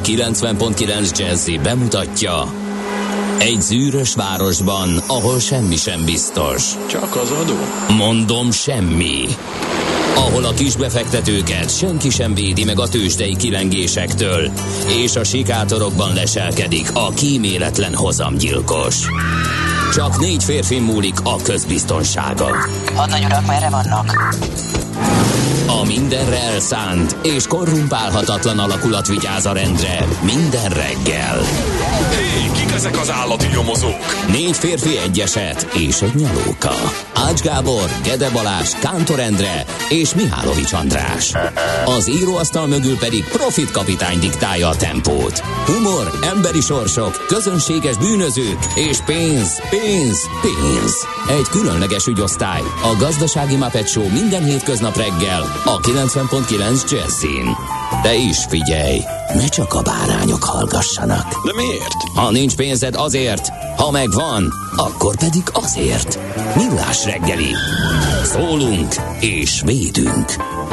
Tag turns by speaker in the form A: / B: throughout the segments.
A: 90.9 Jazzy bemutatja: egy zűrös városban, ahol semmi sem biztos.
B: Csak az adó?
A: Mondom, semmi. Ahol a kisbefektetőket senki sem védi meg a tőzsdei kilengésektől, és a sikátorokban leselkedik a kíméletlen hozamgyilkos. Csak 4 férfi múlik a közbiztonsága.
C: Hadnagy urak, merre vannak?
A: A mindenre elszánt és korrumpálhatatlan alakulat vigyáz a rendre minden reggel.
B: Hé, kik ezek az állati nyomozók?
A: 4 férfi, egy eset és egy nyalóka. Ács Gábor, Gede Balázs, Kántor Endre és Mihálovics András. Az íróasztal mögül pedig Profit kapitány diktálja a tempót. Humor, emberi sorsok, közönséges bűnözők és pénz, pénz, pénz. Egy különleges ügyosztály, a Gazdasági Muppet Show minden hétköznap reggel a 90.9 Jazzin. De is figyelj, ne csak a bárányok hallgassanak.
B: De miért?
A: Ha nincs pénzed, azért, ha megvan, akkor pedig azért. Millás reggeli. Szólunk és védünk.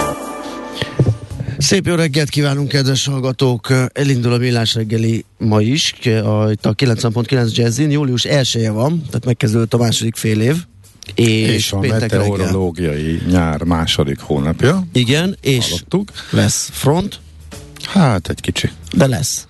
D: Szép jó reggelt kívánunk, kedves hallgatók! Elindul a Millás reggeli ma is, itt a 90.9 Jazzin. Július 1-je van, tehát megkezdődött a második fél év.
E: És a meteorológiai nyár második hónapja.
D: Igen, és
E: hallottuk.
D: Lesz front.
E: Hát egy kicsi.
D: De lesz.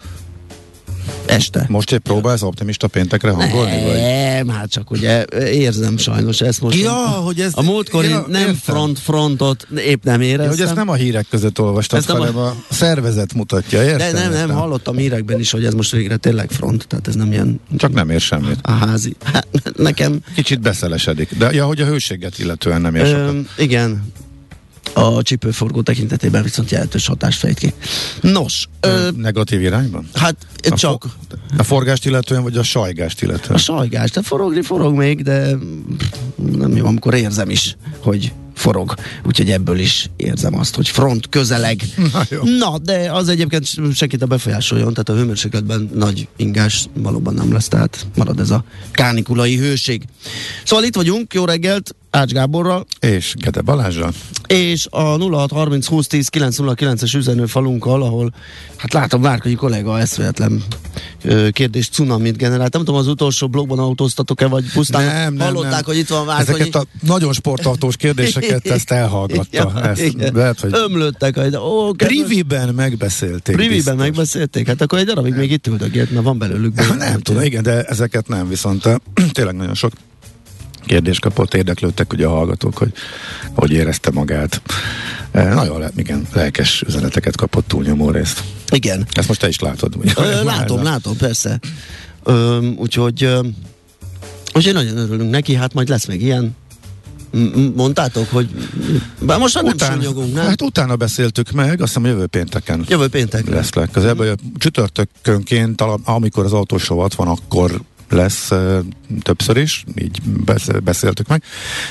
D: Este.
E: Most próbálsz optimista péntekre hangolni?
D: Nem, hát csak ugye érzem sajnos ezt most.
E: Ja, hogy ez...
D: A múltkori nem frontot épp nem éreztem.
E: Ja, hogy ezt nem a hírek között olvastad, hanem a szervezet mutatja, értem?
D: De nem, hallottam hírekben is, hogy ez most végre tényleg front, tehát ez nem ilyen...
E: Csak nem ér semmit.
D: A házi. Hát, nekem...
E: Kicsit beszelesedik, de ja, hogy a hőséget illetően nem ér sokat.
D: Igen. A csípőforgó tekintetében viszont jelentős hatást fejt ki. Nos.
E: Negatív irányban?
D: Hát csak.
E: A forgást illetően, vagy a sajgást illetően?
D: A sajgást, de forog még, de nem jó, amikor érzem is, hogy forog. Úgyhogy ebből is érzem azt, hogy front közeleg. Na, de az egyébként senkit a befolyásoljon, tehát a hőmérsékletben nagy ingás valóban nem lesz, tehát marad ez a kánikulai hőség. Szóval itt vagyunk, jó reggelt, Ács Gáborral.
E: És Gede Balázsral.
D: És a 0630 20 10 909-es üzenőfalunkkal, ahol hát látom Várkonyi kollega eszméletlen kérdés cunamit generált. Nem tudom, az utolsó blogban autóztatok-e, vagy pusztán hallották, hogy itt van Várkonyi.
E: Ezeket a nagyon sportautós kérdéseket ezt elhallgatta. Lehet, hogy
D: ömlöttek.
E: Priviben megbeszélték.
D: Priviben megbeszélték? Hát akkor egy darabig még itt ültök, na van belőlük.
E: Nem tudom, igen, de ezeket nem, viszont tényleg nagyon sok kérdés kapott, érdeklődtek ugye a hallgatók, hogy érezte magát. Nagyon lelkes üzeneteket kapott túlnyomó részt.
D: Igen.
E: Ezt most te is látod.
D: Látom, persze. Úgyhogy nagyon örülünk neki, hát majd lesz még ilyen. Mondtátok, hogy bár most nem súnyogunk, nem?
E: Hát utána beszéltük meg, azt hiszem jövő pénteken.
D: Jövő pénteken.
E: Lesz legközelebb. Csütörtökönként, amikor az autósovat van, akkor lesz többször is, így beszéltük meg,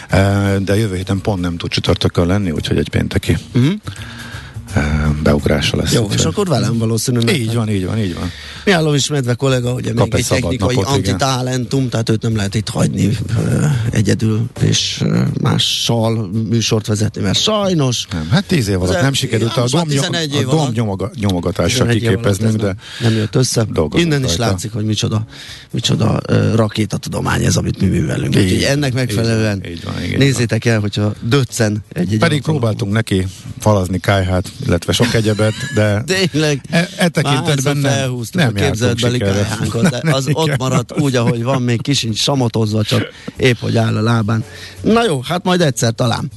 E: de jövő héten pont nem tud csütörtökön lenni, úgyhogy egy pénteki beugrása lesz.
D: Jó, és akkor velem valószínűleg.
E: Így van.
D: Mihálovics Medve kollega, ugye még egy technikai antitalentum, tehát őt nem lehet itt hagyni egyedül, és mással műsort vezetni, mert sajnos.
E: Nem, hát 10 év alatt nem sikerült a gomnyomogatásra kiképeznünk, de
D: nem jött össze. Innen is látszik, hogy micsoda rakétatudomány ez, amit mi művelünk. Úgyhogy ennek megfelelően nézzétek el, hogyha döccen egy
E: pedig próbáltunk neki falazni kályhát, illetve sok egyebet, de
D: tényleg
E: tekintetben nem
D: képzeletbeli kályhánkat, de az ott maradt úgy, ahogy van, még kisincs samatozva, csak épp hogy áll a lábán. Na jó, hát majd egyszer talán.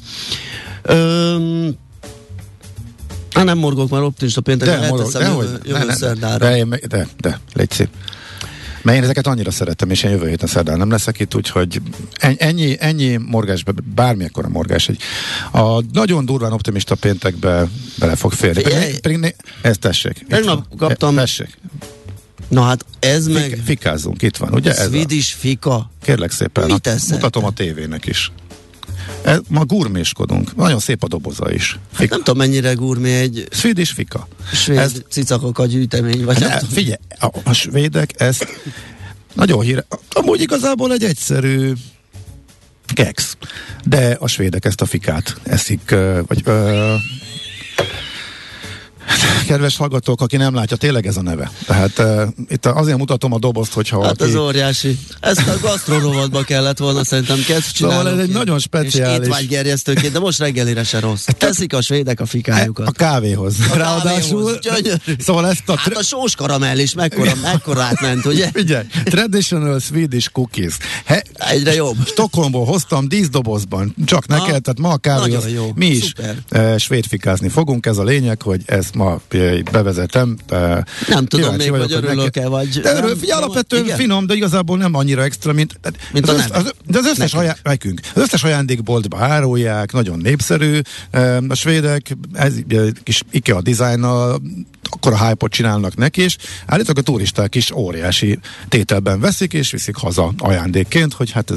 D: Nem morgok, már optimista pénteken elteszem jövő szerdára.
E: De, légy szép. Mert én ezeket annyira szeretem, és én jövő héten szerdán nem leszek itt, úgyhogy ennyi morgás, bármilyekkor a morgás. A nagyon durván optimista péntekbe bele fog férni. Ezt tessék.
D: Tegnap kaptam.
E: Tessék.
D: Na hát ez meg...
E: Fikázzunk, itt van, ugye?
D: Swedish fika.
E: Kérlek szépen, mutatom a tévének is. Ma gurméskodunk. Nagyon szép a doboza is.
D: Hát nem tudom, mennyire gurmé egy...
E: Swedish fika.
D: Svéd cicakok a gyűjtemény, vagy nem
E: figyelj, a svédek ezt nagyon amúgy igazából egy egyszerű keksz. De a svédek ezt a fikát eszik, vagy kedves hallgatók, aki nem látja, tényleg ez a neve. Tehát itt azért mutatom a dobozt, hogyha
D: hát ez óriási. Ezt a gasztrorovatba kellett volna szerintem kezd csinálni.
E: Szóval ez egy nagyon speciális.
D: És étvágygerjesztőként, de most reggelire se rossz. Teszik a svédek a fikájukat.
E: A kávéhoz.
D: Ráadásul.
E: Szóval ezt a...
D: Hát a sós karamell is mekkorát ment, ugye?
E: Ugye? Traditional Swedish cookies.
D: Egyre jobb.
E: Stockholmból hoztam díszdobozban. Csak neked, tehát ma a kávéhoz mi is svédfikázni fogunk. Ez a lényeg, hogy ezt ma bevezetem.
D: Nem tudom még, hogy örülök-e, vagy...
E: De alapvetően finom, de igazából nem annyira extra, mint de az összes az összes ajándékboltba árulják, nagyon népszerű. A svédek, ez kis IKEA dizájnnal akkor a hype-ot csinálnak neki, és állítólag a turisták is óriási tételben veszik, és viszik haza ajándékként, hogy hát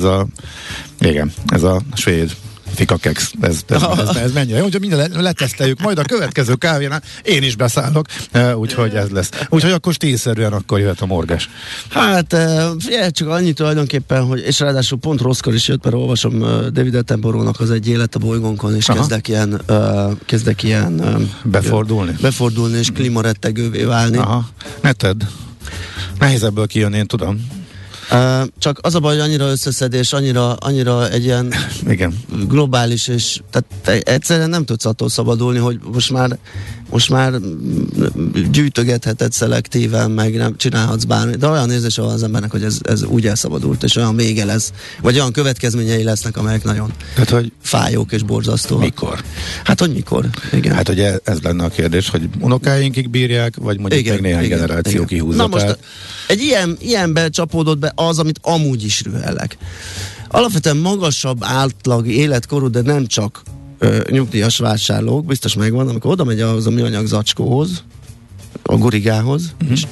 E: ez a svéd fikakex, ez mennyire jó, úgyhogy minden leteszteljük, majd a következő kávénál én is beszállok, úgyhogy ez lesz. Úgyhogy akkor stílszerűen akkor jöhet a morgás. Hát,
D: csak annyit tulajdonképpen, hogy, és ráadásul pont rosszkor is jött, mert olvasom David Attenborough-nak az Egy élet a bolygónkon, és kezdek ilyen befordulni, és klímarettegővé válni.
E: Aha, ne tedd. Nehéz ebből kijönni, én tudom.
D: Csak az a baj, hogy annyira összeszedés, annyira egy ilyen
E: igen.
D: Globális, és tehát egyszerűen nem tudsz attól szabadulni, hogy most már gyűjtögetheted szelektíven, meg nem csinálhatsz bármit, de olyan érzése van az embernek, hogy ez úgy elszabadult, és olyan vége lesz, vagy olyan következményei lesznek, amelyek nagyon fájók és borzasztóak.
E: Mikor?
D: Hát, hogy mikor? Igen.
E: Hát, hogy ez lenne a kérdés, hogy unokáinkig bírják, vagy mondjuk még néhány generáció kihúzza.
D: Na most egy ilyenbe csapódott be az, amit amúgy is rühellek. Alapvetően magasabb átlag életkorú, de nem csak nyugdíjas vásárlók, biztos megvan, amikor oda megy ahhoz a műanyag zacskóhoz, a gurigához, és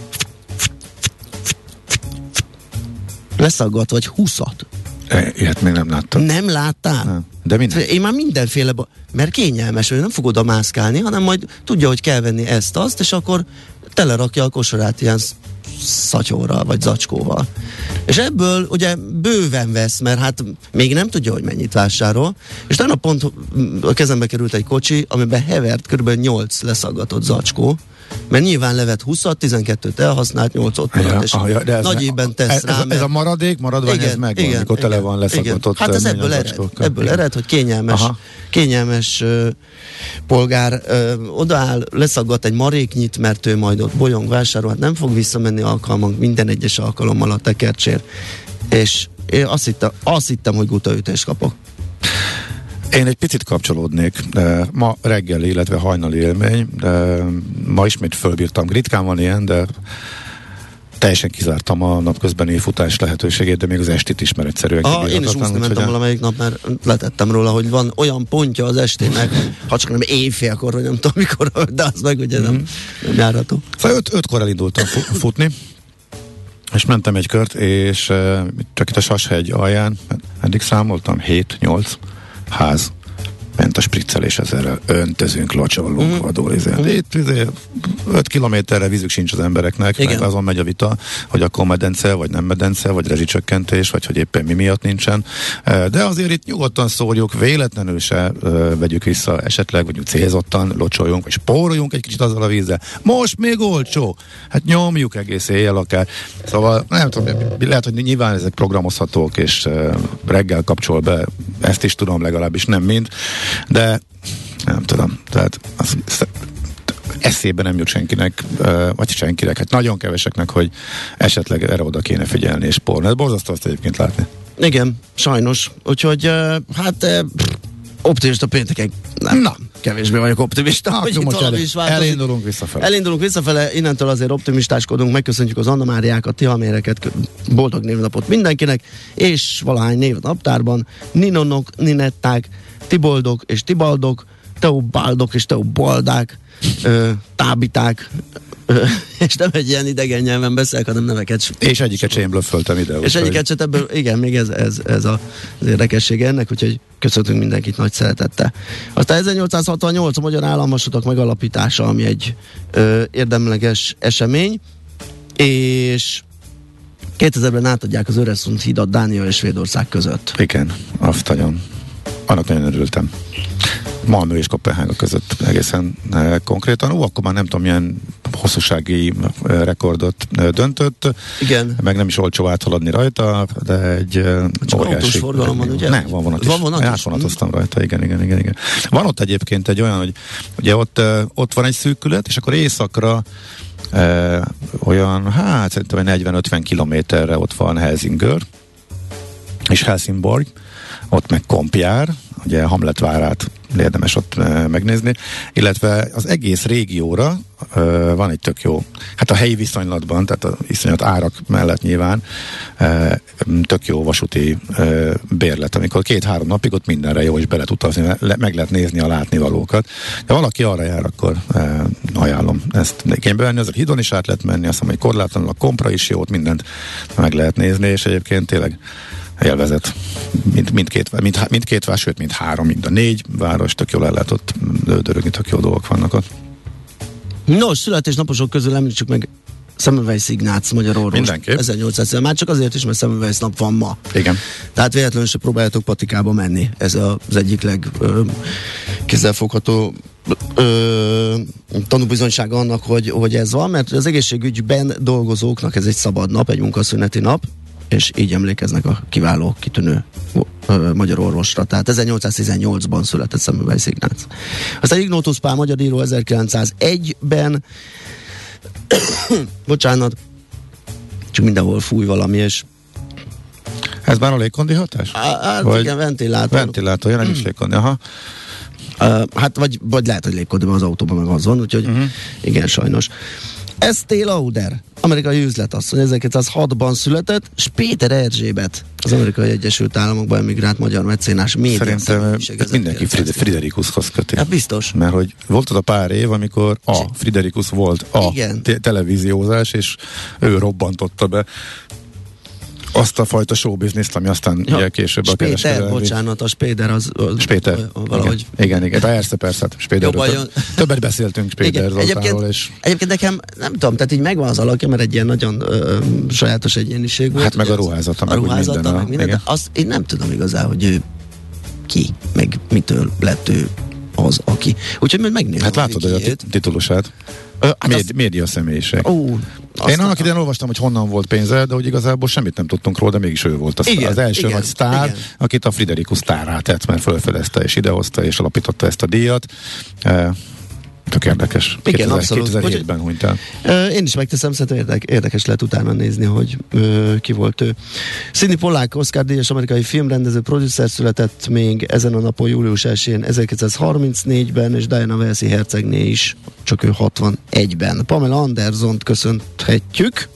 D: leszaggat vagy 20-at.
E: Ilyet még nem láttam.
D: Nem láttál? Nem.
E: De minden.
D: Én már mindenféle, mert kényelmes, ő nem fog oda mászkálni, hanem majd tudja, hogy kell venni ezt-azt, és akkor telerakja a kosarát ilyen szatyorral, vagy zacskóval. És ebből ugye bőven vesz, mert hát még nem tudja, hogy mennyit vásárol, és talán pont a kezembe került egy kocsi, amiben hevert kb. 8 leszaggatott zacskó, mert nyilván levet 20-at, 12-t elhasznált, 8 ott maradt, és nagy évben tesz rá.
E: Ez a maradvány, ez megvan, amikor tele van leszaggatott.
D: Hát ez ebből ered, hogy kényelmes polgár odaáll, leszaggat egy maréknyit, mert ő majd ott bolyong vásárol, hát nem fog visszamenni alkalmank minden egyes alkalommal a tekercsér. És én azt hittem, hogy gutaütést kapok.
E: Én egy picit kapcsolódnék. Ma reggeli, illetve hajnali élmény, de ma ismét fölbírtam. Ritkán van ilyen, de teljesen kizártam a napközbeni futás lehetőségét, de még az estit is, mert egyszerűen
D: én is úszni mentem valamelyik nap, mert letettem róla, hogy van olyan pontja az estének, ha csak nem éjfélkor, vagy nem tudom mikor, de az meg ugye nem járható.
E: Szóval 5-kor elindultam futni, és mentem egy kört, és csak itt a Sashegy alján, eddig számoltam, 7-8 ház, ment a spriccelés, ezerrel öntözünk, locsolunk, vadulizén. Itt 5 kilométerre vízük sincs az embereknek, meg azon megy a vita, hogy akkor medence, vagy nem medence, vagy rezsicsökkentés, vagy hogy éppen mi miatt nincsen. De azért itt nyugodtan szórjuk, véletlenül se vegyük vissza esetleg, vagy célzottan locsoljunk, vagy spóroljunk egy kicsit azzal a vízzel. Most még olcsó! Hát nyomjuk egész éjjel akár. Szóval nem tudom, lehet, hogy nyilván ezek programozhatók, és reggel kapcsol be, ezt is tudom, legalábbis nem mind, de nem tudom, tehát eszébe nem jut senkinek, vagy senkinek, hát nagyon keveseknek, hogy esetleg erre oda kéne figyelni és spórolni. Ez borzasztó azt egyébként látni.
D: Igen, sajnos. Úgyhogy optimista pénteken kevésbé vagyok optimista.
E: Hogy elindulunk visszafele.
D: Elindulunk visszafele, innentől azért optimistáskodunk, megköszöntjük az Anna Máriákat, Tihalméreket, boldog névnapot mindenkinek, és valahány névnaptárban Ninonok, Ninetták, Tiboldok és Tibaldok, Teobaldok és Teobaldák, Tábiták, és nem egy ilyen idegen nyelven beszélek, hanem neveket.
E: És egyiket sem blöfföltem ide.
D: És egyiket sem ebből, igen, még ez az érdekessége ennek, úgyhogy köszöntünk mindenkit nagy szeretettel. Aztán 1868 a Magyar Államvasutak megalapítása, ami egy érdemleges esemény, és 2000-ben átadják az Öresund hídat Dánia és Svédország között.
E: Igen, annak nagyon örültem. Malmö és Kopenhága között egészen konkrétan. Akkor már nem tudom, milyen hosszúsági rekordot döntött.
D: Igen.
E: Meg nem is olcsó áthaladni rajta, de egy
D: óriási forgalom van, ugye?
E: Nem, van vonat is.
D: Van vonat is?
E: Átvonatoztam rajta, igen. Van ott egyébként egy olyan, hogy ugye ott van egy szűkület, és akkor északra olyan, szerintem 40-50 kilométerre ott van Helsingör és Helsingborg, ott meg Kompjár, ugye Hamletvárát érdemes ott megnézni, illetve az egész régióra van egy tök jó, hát a helyi viszonylatban, tehát az iszonyat árak mellett nyilván tök jó vasúti bérlet, amikor 2-3 napig ott mindenre jó, és be lehet utazni, meg lehet nézni a látnivalókat. De valaki arra jár, akkor ajánlom ezt igénybe venni, az a hídon is át lehet menni, azt mondom, hogy korlátlanul a Kompra is jó, ott mindent meg lehet nézni, és egyébként tényleg élvezet. Mindkét vár, sőt, mind 3, mind a 4 város, tök jól el lehet ott dörögni, tök jó dolgok vannak ott.
D: Nos, születésnaposok közül említsük meg Semmelweis Ignác, magyar orvos.
E: Mindenképp.
D: 1800, már csak azért is, mert Semmelweis nap van ma.
E: Igen.
D: Tehát véletlenül se próbáljátok patikába menni. Ez az egyik legkézzelfogható tanúbizonysága annak, hogy ez van, mert az egészségügyben dolgozóknak ez egy szabad nap, egy munkaszüneti nap, és így emlékeznek a kiváló, kitűnő magyar orvosra. Tehát 1818-ban született Semmelweis Ignác. Aztán Ignótus Pál, magyar író 1901-ben bocsánat, csak mindenhol fúj valami, és
E: Ez már a légkondi hatás?
D: Hát igen, ventilátor.
E: Ventilátor, nem is légkondi, aha.
D: Hát vagy lehet, hogy légkondiban az autóban meg az van, úgyhogy igen, sajnos. Estée Lauder, amerikai üzletasszony, 1906-ban született, és Péter Erzsébet, az Amerikai Egyesült Államokban emigrált magyar mecénás média.
E: Szerintem mindenki Friderikushoz köti.
D: Hát biztos.
E: Mert hogy volt az a pár év, amikor Friderikus volt a televíziózás, és ő robbantotta be azt a fajta showbizniszt, ami aztán ugye később a kereskedelmi...
D: bocsánat, a Spéder az
E: Spéter.
D: Valahogy...
E: Igen. Persze. Spéderről. Többet beszéltünk Spéder Zoltánról.
D: Egyébként nekem, nem tudom, tehát így megvan az alakja, mert egy ilyen nagyon sajátos egyéniség volt.
E: Hát meg a ruházata,
D: meg minden. De azt én nem tudom igazán, hogy ő ki, meg mitől lett ő az, aki. Úgyhogy majd megnézem.
E: Hát látod, hogy a titulusát. Média személyiség. Én annak idején olvastam, hogy honnan volt pénze, de hogy igazából semmit nem tudtunk róla, de mégis ő volt az első nagy sztár, akit a Friderikus sztárrá tett, mert fölfedezte és idehozta és alapította ezt a díjat. Tök érdekes.
D: Igen,
E: 2007-ben hunyt el.
D: Én is megteszem, szerintem érdekes lehet utána nézni, hogy ki volt ő. Sidney Pollack, Oscar-díjas amerikai filmrendező, producer született még ezen a napon, július 1-én 1934-ben, és Diana Walesi hercegné is, csak ő 61-ben. Pamela Andersont köszönhetjük,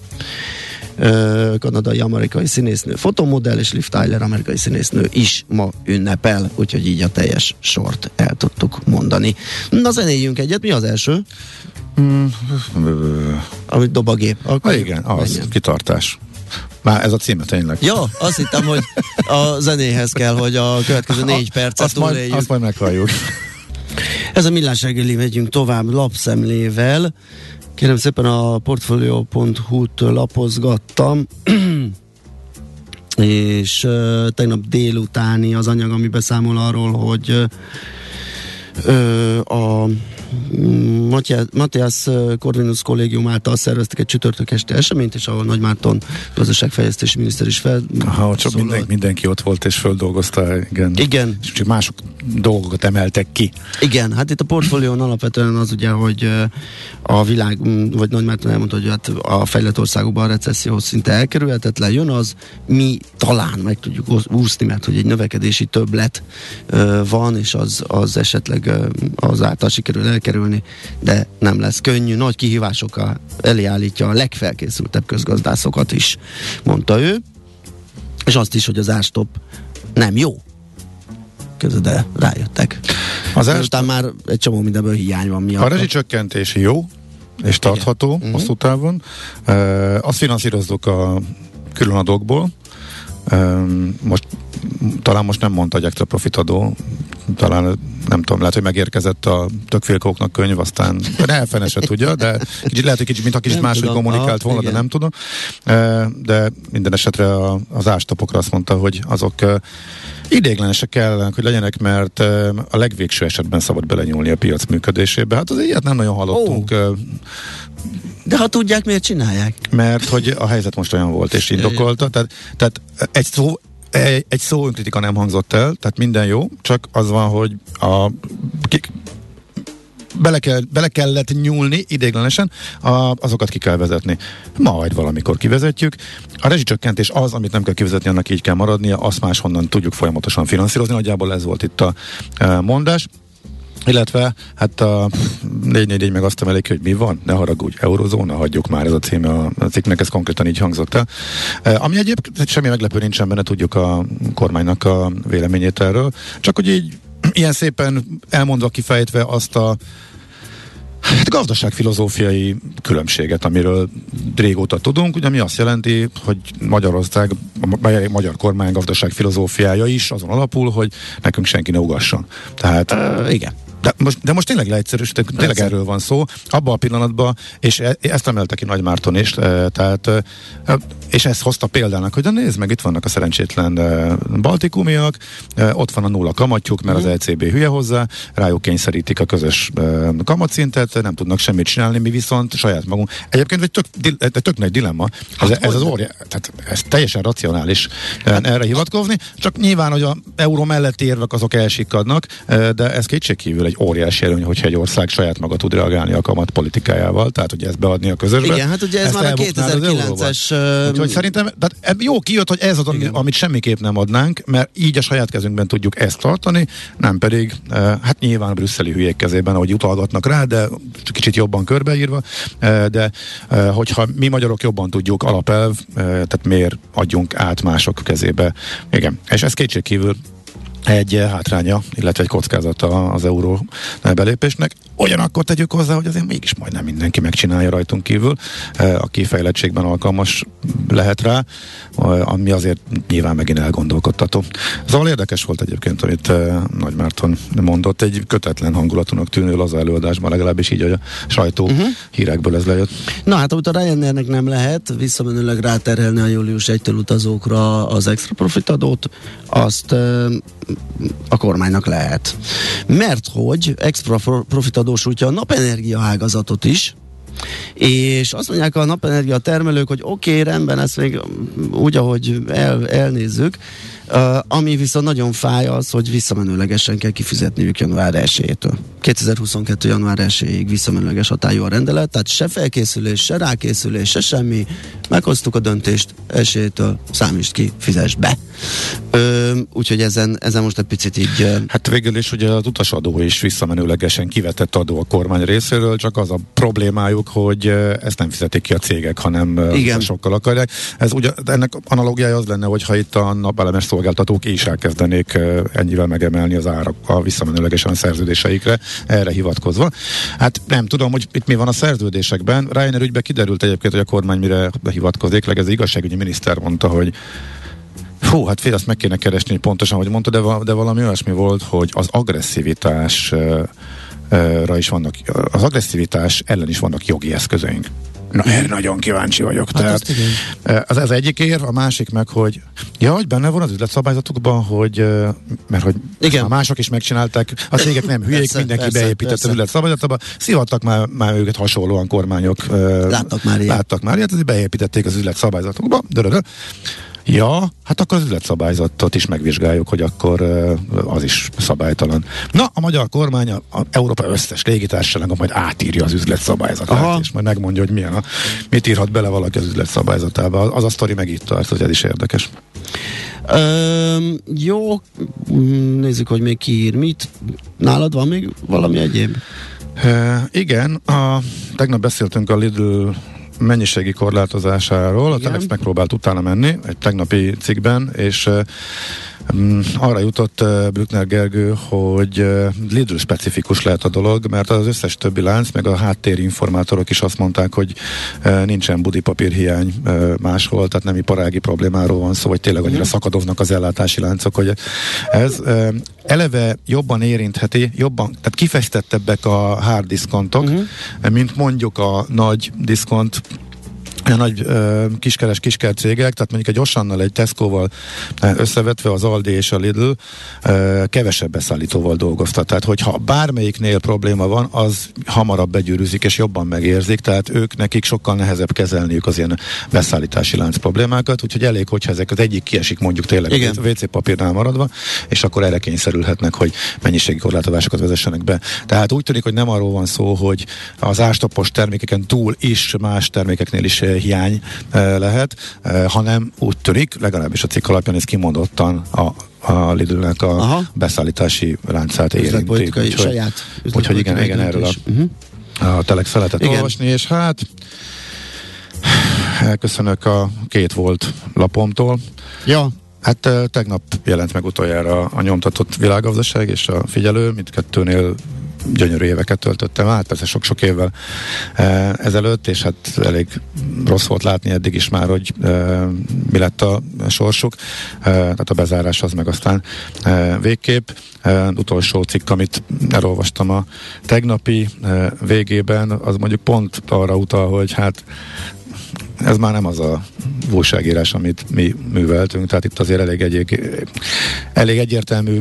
D: kanadai-amerikai színésznő, fotomodell, és Liv Tyler, amerikai színésznő is ma ünnepel, úgyhogy így a teljes sort el tudtuk mondani. Na, zenéljünk egyet, mi az első? Amit dob a gép.
E: Igen, az, menjen. Kitartás. Már ez a címe tényleg.
D: Ja, azt hittem, hogy a zenéhez kell, hogy a következő 4 percet túléljük.
E: Azt majd meghalljuk.
D: Ez a Millás reggeli, megyünk tovább lapszemlével. Kérem szépen, a portfolio.hu-t lapozgattam, és tegnap délutáni az anyag, ami beszámol arról, hogy a Matthias Corvinus kollégium által szerveztek egy csütörtök este eseményt, és ahol Nagy Márton gazdaságfejlesztési miniszter is
E: csak mindenki ott volt és földolgozta, igen. És csak mások dolgokat emeltek ki.
D: Igen, hát itt a portfólión alapvetően az ugye, hogy a világ, vagy Nagy Márton elmondta, hogy hát a fejlett országokban a recesszió szinte elkerülhetetlen, jön az, mi talán meg tudjuk úszni, mert hogy egy növekedési többlet van, és az esetleg az által sikerül elkerülni, de nem lesz könnyű. Nagy kihívásokkal elé állítja a legfelkészültebb közgazdászokat is, mondta ő, és azt is, hogy az árstop nem jó. De rájöttek. Aztán már egy csomó mindenből hiány van miatt.
E: A rezsicsökkentés jó, és tartható hosszú távon. Azt finanszírozzuk a különadókból. Talán most nem mondta, hogy extra profitadó, talán nem tudom, lehet, hogy megérkezett a tökfélkóknak könyv, aztán elfene se tudja, de lehet, hogy kicsit máshogy kommunikált volna, igen. De nem tudom. De minden esetre az ástopokra azt mondta, hogy azok Ideiglenesek kellene, hogy legyenek, mert a legvégső esetben szabad belenyúlni a piac működésébe. Hát az ilyet nem nagyon hallottunk.
D: De ha tudják, miért csinálják?
E: Mert hogy a helyzet most olyan volt, és indokolta. Tehát egy szó önkritika nem hangzott el, tehát minden jó, csak az van, hogy bele kellett nyúlni ideiglenesen, azokat ki kell vezetni. Majd valamikor kivezetjük. A rezsicsökkentés az, amit nem kell kivezetni, annak így kell maradnia, azt máshonnan tudjuk folyamatosan finanszírozni. Nagyjából ez volt itt a mondás. Illetve, hát a 444 meg azt emelik, hogy mi van, ne haragudj, eurozóna, hagyjuk már, ez a címe a cikknek, ez konkrétan így hangzott el. Ami egyébként semmi meglepő nincsen benne, tudjuk a kormánynak a véleményét erről, csak hogy így ilyen szépen elmondva, kifejtve azt a gazdaságfilozófiai különbséget, amiről régóta tudunk, ugye, ami azt jelenti, hogy Magyarország, a magyar kormány gazdaságfilozófiája is azon alapul, hogy nekünk senki ne ugasson. Tehát
D: igen.
E: De most tényleg leegyszerűsítek, tényleg erről van szó. Abban a pillanatban, és ezt emelte ki Nagy Márton is, tehát, és ezt hozta példának, hogy de nézd meg, itt vannak a szerencsétlen baltikumiak, ott van a nulla kamatjuk, mert az ECB hülye hozzá, rájuk kényszerítik a közös kamatszintet, nem tudnak semmit csinálni, mi viszont saját magunk. Egyébként egy tök nagy dilemma, ez az óriás, tehát ez teljesen racionális erre hivatkozni, csak nyilván, hogy az euró melletti érvek azok elsikadnak, de ez kétségkívül egy óriási előny, hogyha egy ország saját maga tud reagálni a kamat politikájával, tehát ugye ezt beadni a közösbe.
D: Igen, hát ugye ez már a 2009-es...
E: Úgyhogy szerintem jó kijött, hogy ez az, amit semmiképp nem adnánk, mert így a saját kezünkben tudjuk ezt tartani, nem pedig, hát nyilván a brüsszeli hülyék kezében, ahogy utalgatnak rá, de kicsit jobban körbeírva, de hogyha mi magyarok jobban tudjuk alapelv, tehát miért adjunk át mások kezébe. Igen, és ez kétségkívül egy hátránya, illetve egy kockázata az euró belépésnek. Ugyanakkor tegyük hozzá, hogy azért mégis majdnem mindenki megcsinálja rajtunk kívül, aki fejlettségben alkalmas lehet rá, ami azért nyilván megint elgondolkodtató. Szóval érdekes volt egyébként, amit Nagy Márton mondott, egy kötetlen hangulatúnak tűnő laza előadásban, legalábbis így, hogy a sajtó hírekből ez lejött.
D: Na hát, amit a Ryanairnek nem lehet visszamenőleg ráterhelni a július 1-től utazókra az extra profit adót, azt a kormánynak lehet. Mert hogy extra profit adósítja a napenergia ágazatot is, és azt mondják a napenergia termelők, hogy oké, rendben, ezt még úgy, ahogy elnézzük, ami viszont nagyon fáj az, hogy visszamenőlegesen kell kifizetniük január 1-től. 2022. január 1-ig visszamenőleges hatályú a rendelet, tehát se felkészülés, se rákészülés, se semmi. Meghoztuk a döntést, 1-től számítsd ki, fizess be. Úgyhogy ezen most egy picit így...
E: Hát végül is ugye az utasadó is visszamenőlegesen kivetett adó a kormány részéről, csak az a problémájuk, hogy ezt nem fizetik ki a cégek, hanem sokkal akarják. Ez ugye, ennek analógiája az lenne, hogyha itt a napelemes szolgáltatók is elkezdenék ennyivel megemelni az árak a visszamenőlegesen a szerződéseikre, erre hivatkozva. Hát nem tudom, hogy itt mi van a szerződésekben. Ryanair ügyben kiderült egyébként, hogy a kormány mire hivatkozik, az igazságügyi miniszter mondta, hogy hát fél, azt meg kéne keresni pontosan, hogy mondta, de valami olyasmi volt, hogy az agresszivitás is vannak, az agresszivitás ellen is vannak jogi eszközeink. Na, erre nagyon kíváncsi vagyok. Hát tehát az egyik érv, a másik meg, hogy hogy benne van az üzletszabályzatokban, hogy mert hogy már mások is megcsinálták, a cégek nem hülyék, mindenki beépített az üzletszabályzatba, szivattak már őket hasonlóan kormányok. Láttak már, hát beépítették az üzletszabályzatokba. Ja, hát akkor az üzletszabályzatot is megvizsgáljuk, hogy akkor az is szabálytalan. Na, a magyar kormány a Európa összes légitársasága majd átírja az üzletszabályzatát, és majd megmondja, hogy mit írhat bele valaki az üzletszabályzatába. Az a sztori meg itt tart, hogy ez is érdekes.
D: Jó, nézzük, hogy még ki ír mit. Nálad van még valami egyéb?
E: Igen, tegnap beszéltünk a Lidl mennyiségi korlátozásáról. A Telex megpróbált utána menni egy tegnapi cikkben, és arra jutott Brückner Gergő, hogy Lidl specifikus lehet a dolog, mert az összes többi lánc, meg a háttérinformátorok is azt mondták, hogy nincsen budipapírhiány máshol, tehát nem iparági problémáról van szó, hogy tényleg annyira szakadoznak az ellátási láncok, hogy ez eleve jobban érintheti, tehát kifejtettebbek a hard diszkontok, mint mondjuk a nagy diszkont nagy kisker cégek, tehát mondjuk egy Ossannal, egy Tesco-val összevetve az Aldi és a Lidl kevesebb beszállítóval dolgoztat. Tehát, hogyha bármelyiknél probléma van, az hamarabb begyűrűzik és jobban megérzik, tehát nekik sokkal nehezebb kezelniük az ilyen beszállítási lánc problémákat, úgyhogy elég, hogyha ezek az egyik kiesik mondjuk tényleg WC papírnál maradva, és akkor erre kényszerülhetnek, hogy mennyiségi korlátozásokat vezessenek be. Tehát úgy tűnik, hogy nem arról van szó, hogy az ástapos termékeken túl is más termékeknél is hiány lehet, hanem úgy tűnik, legalábbis a cikk alapján ez kimondottan a Lidlnek a beszállítási láncát érinti. Úgyhogy igen, erről a Telex lehetett olvasni, és hát elköszönök a 2 volt lapomtól.
D: Ja.
E: Hát tegnap jelent meg utoljára a nyomtatott Világgazdaság és a Figyelő, mindkettőnél gyönyörű éveket töltöttem át, persze sok-sok évvel ezelőtt, és hát elég rossz volt látni eddig is már, hogy mi lett a sorsuk, tehát a bezárás az meg aztán végképp. Utolsó cikk, amit elolvastam a tegnapi végében, az mondjuk pont arra utal, hogy hát ez már nem az a újságírás, amit mi műveltünk, tehát itt azért elég egyértelmű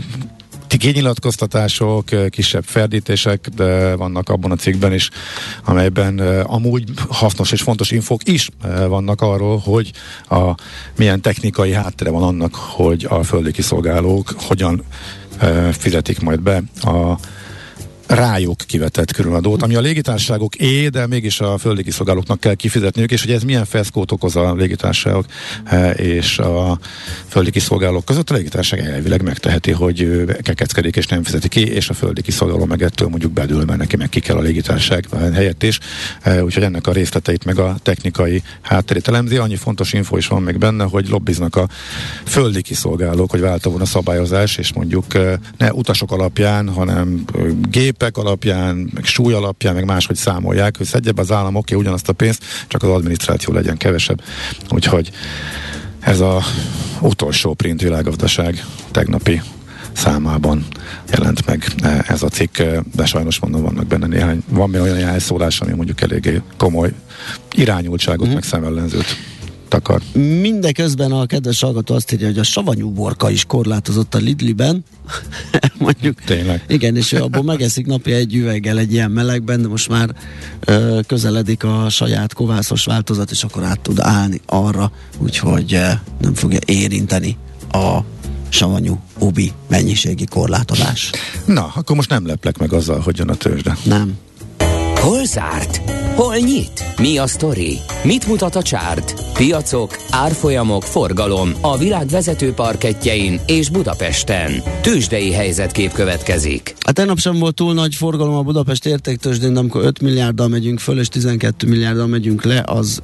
E: kinyilatkoztatások, kisebb ferdítések, de vannak abban a cikkben is, amelyben amúgy hasznos és fontos infók is vannak arról, hogy milyen technikai háttere van annak, hogy a földi kiszolgálók hogyan fizetik majd be a rájuk kivetett különadót, ami a légitársaságok de mégis a földi kiszolgálóknak kell kifizetniük, és hogy ez milyen feszkót okoz a légitársaságok és a földi kiszolgálók között. A légitársaság elvileg megteheti, hogy kekeckedik és nem fizeti ki, és a földi kiszolgáló meg ettől mondjuk bedül, mert neki meg ki kell a légitársaság helyett is. Úgyhogy ennek a részleteit meg a technikai hátterét elemzi. Annyi fontos info is van még benne, hogy lobbiznak a földi kiszolgálók, hogy változon a szabályozás, és mondjuk ne utasok alapján, hanem gépek alapján, meg súly alapján, meg máshogy számolják, hogy szedje be az állam ugyanazt a pénzt, csak az adminisztráció legyen kevesebb. Úgyhogy ez az utolsó print Világgazdaság tegnapi számában jelent meg ez a cikk, de sajnos mondom, vannak benne van még olyan jelszólás, ami mondjuk eléggé komoly irányultságot, meg szemellenzőt takar.
D: Mindeközben a kedves hallgató azt írja, hogy a savanyú borka is korlátozott a Lidliben. Mondjuk.
E: Tényleg.
D: Igen, és ő abból megeszik napi egy üveggel egy ilyen melegben, de most már közeledik a saját kovászos változat, és akkor át tud állni arra, úgyhogy nem fogja érinteni a savanyú ubi mennyiségi korlátozás.
E: Na, akkor most nem leplek meg azzal, hogy jön a tőzsde.
D: Nem.
A: Hol zárt? Hol nyit? Mi a sztori? Mit mutat a csárt? Piacok, árfolyamok, forgalom a világ vezető parkettjein és Budapesten. Tőzsdei helyzetkép következik.
D: A tegnap sem volt túl nagy forgalom a Budapest értéktőzsdén, de amikor 5 milliárddal megyünk föl, és 12 milliárddal megyünk le, az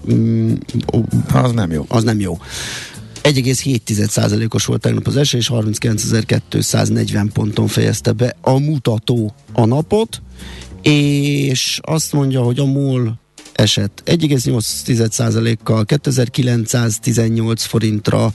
E: nem jó.
D: Az nem jó. 1,7%-os volt tegnap az eső, és 39.240 ponton fejezte be a mutató a napot, és azt mondja, hogy a MOL esett 1,8%-kal 2918 forintra,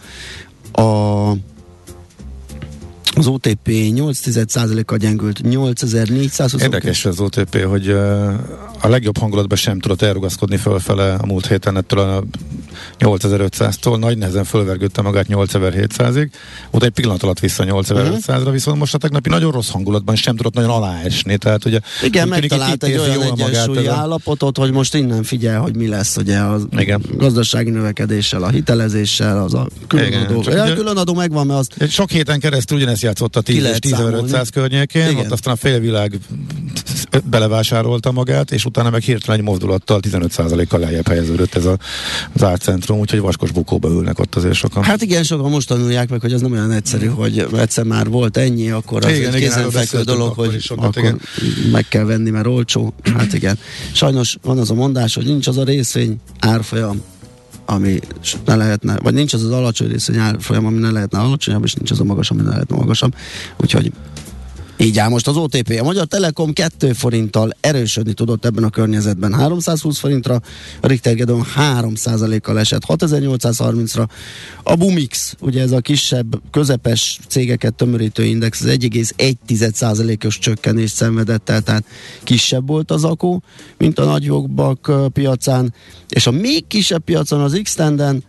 D: az OTP 8,1%-kal gyengült 8420.
E: Érdekes az OTP, hogy a legjobb hangulatban sem tudott elrugaszkodni fölfele a múlt héten ettől a 8500-tól, nagy nehezen fölvergődte magát 8700-ig, utána egy pillanat alatt vissza 8500-ra, viszont most a tegnapi nagyon rossz hangulatban sem tudott nagyon aláesni, tehát ugye
D: igen, megtalált egy olyan egyensúlyi állapotot, hogy most innen figyel, hogy mi lesz ugye a gazdasági növekedéssel, a hitelezéssel, az a különadó. A különadó megvan, mert az...
E: Sok héten keresztül ugyanezt játszott a 10.500 környékén, ott aztán a félvilág belevásárolta magát, és utána meg hirtelen egy mozdulattal 15%-kal lejjebb helyeződött ez az árcentrum, úgyhogy vaskos bukóba ülnek ott azért sokan.
D: Hát igen, sokan most tanulják meg, hogy az nem olyan egyszerű, hogy egyszer már volt ennyi, akkor az egy kézenfekvő dolog, hogy sokat, akkor meg kell venni, mert olcsó. Hát igen. Sajnos van az a mondás, hogy nincs az a részvény árfolyam, ami ne lehetne, vagy nincs az az alacsony részvény árfolyam, ami ne lehetne alacsonyabb, és nincs az a magas, ami ne lehetne magasabb. Úgyhogy Így áll most az OTP. A Magyar Telekom 2 forinttal erősödni tudott ebben a környezetben 320 forintra, a Richter Gedeon 3%-kal esett 6830-ra. A Bumix, ugye ez a kisebb, közepes cégeket tömörítő index, az 1,1%-os csökkenést szenvedett el, tehát kisebb volt az akó, mint a nagyjobbak piacán, és a még kisebb piacon, az X-Tenden,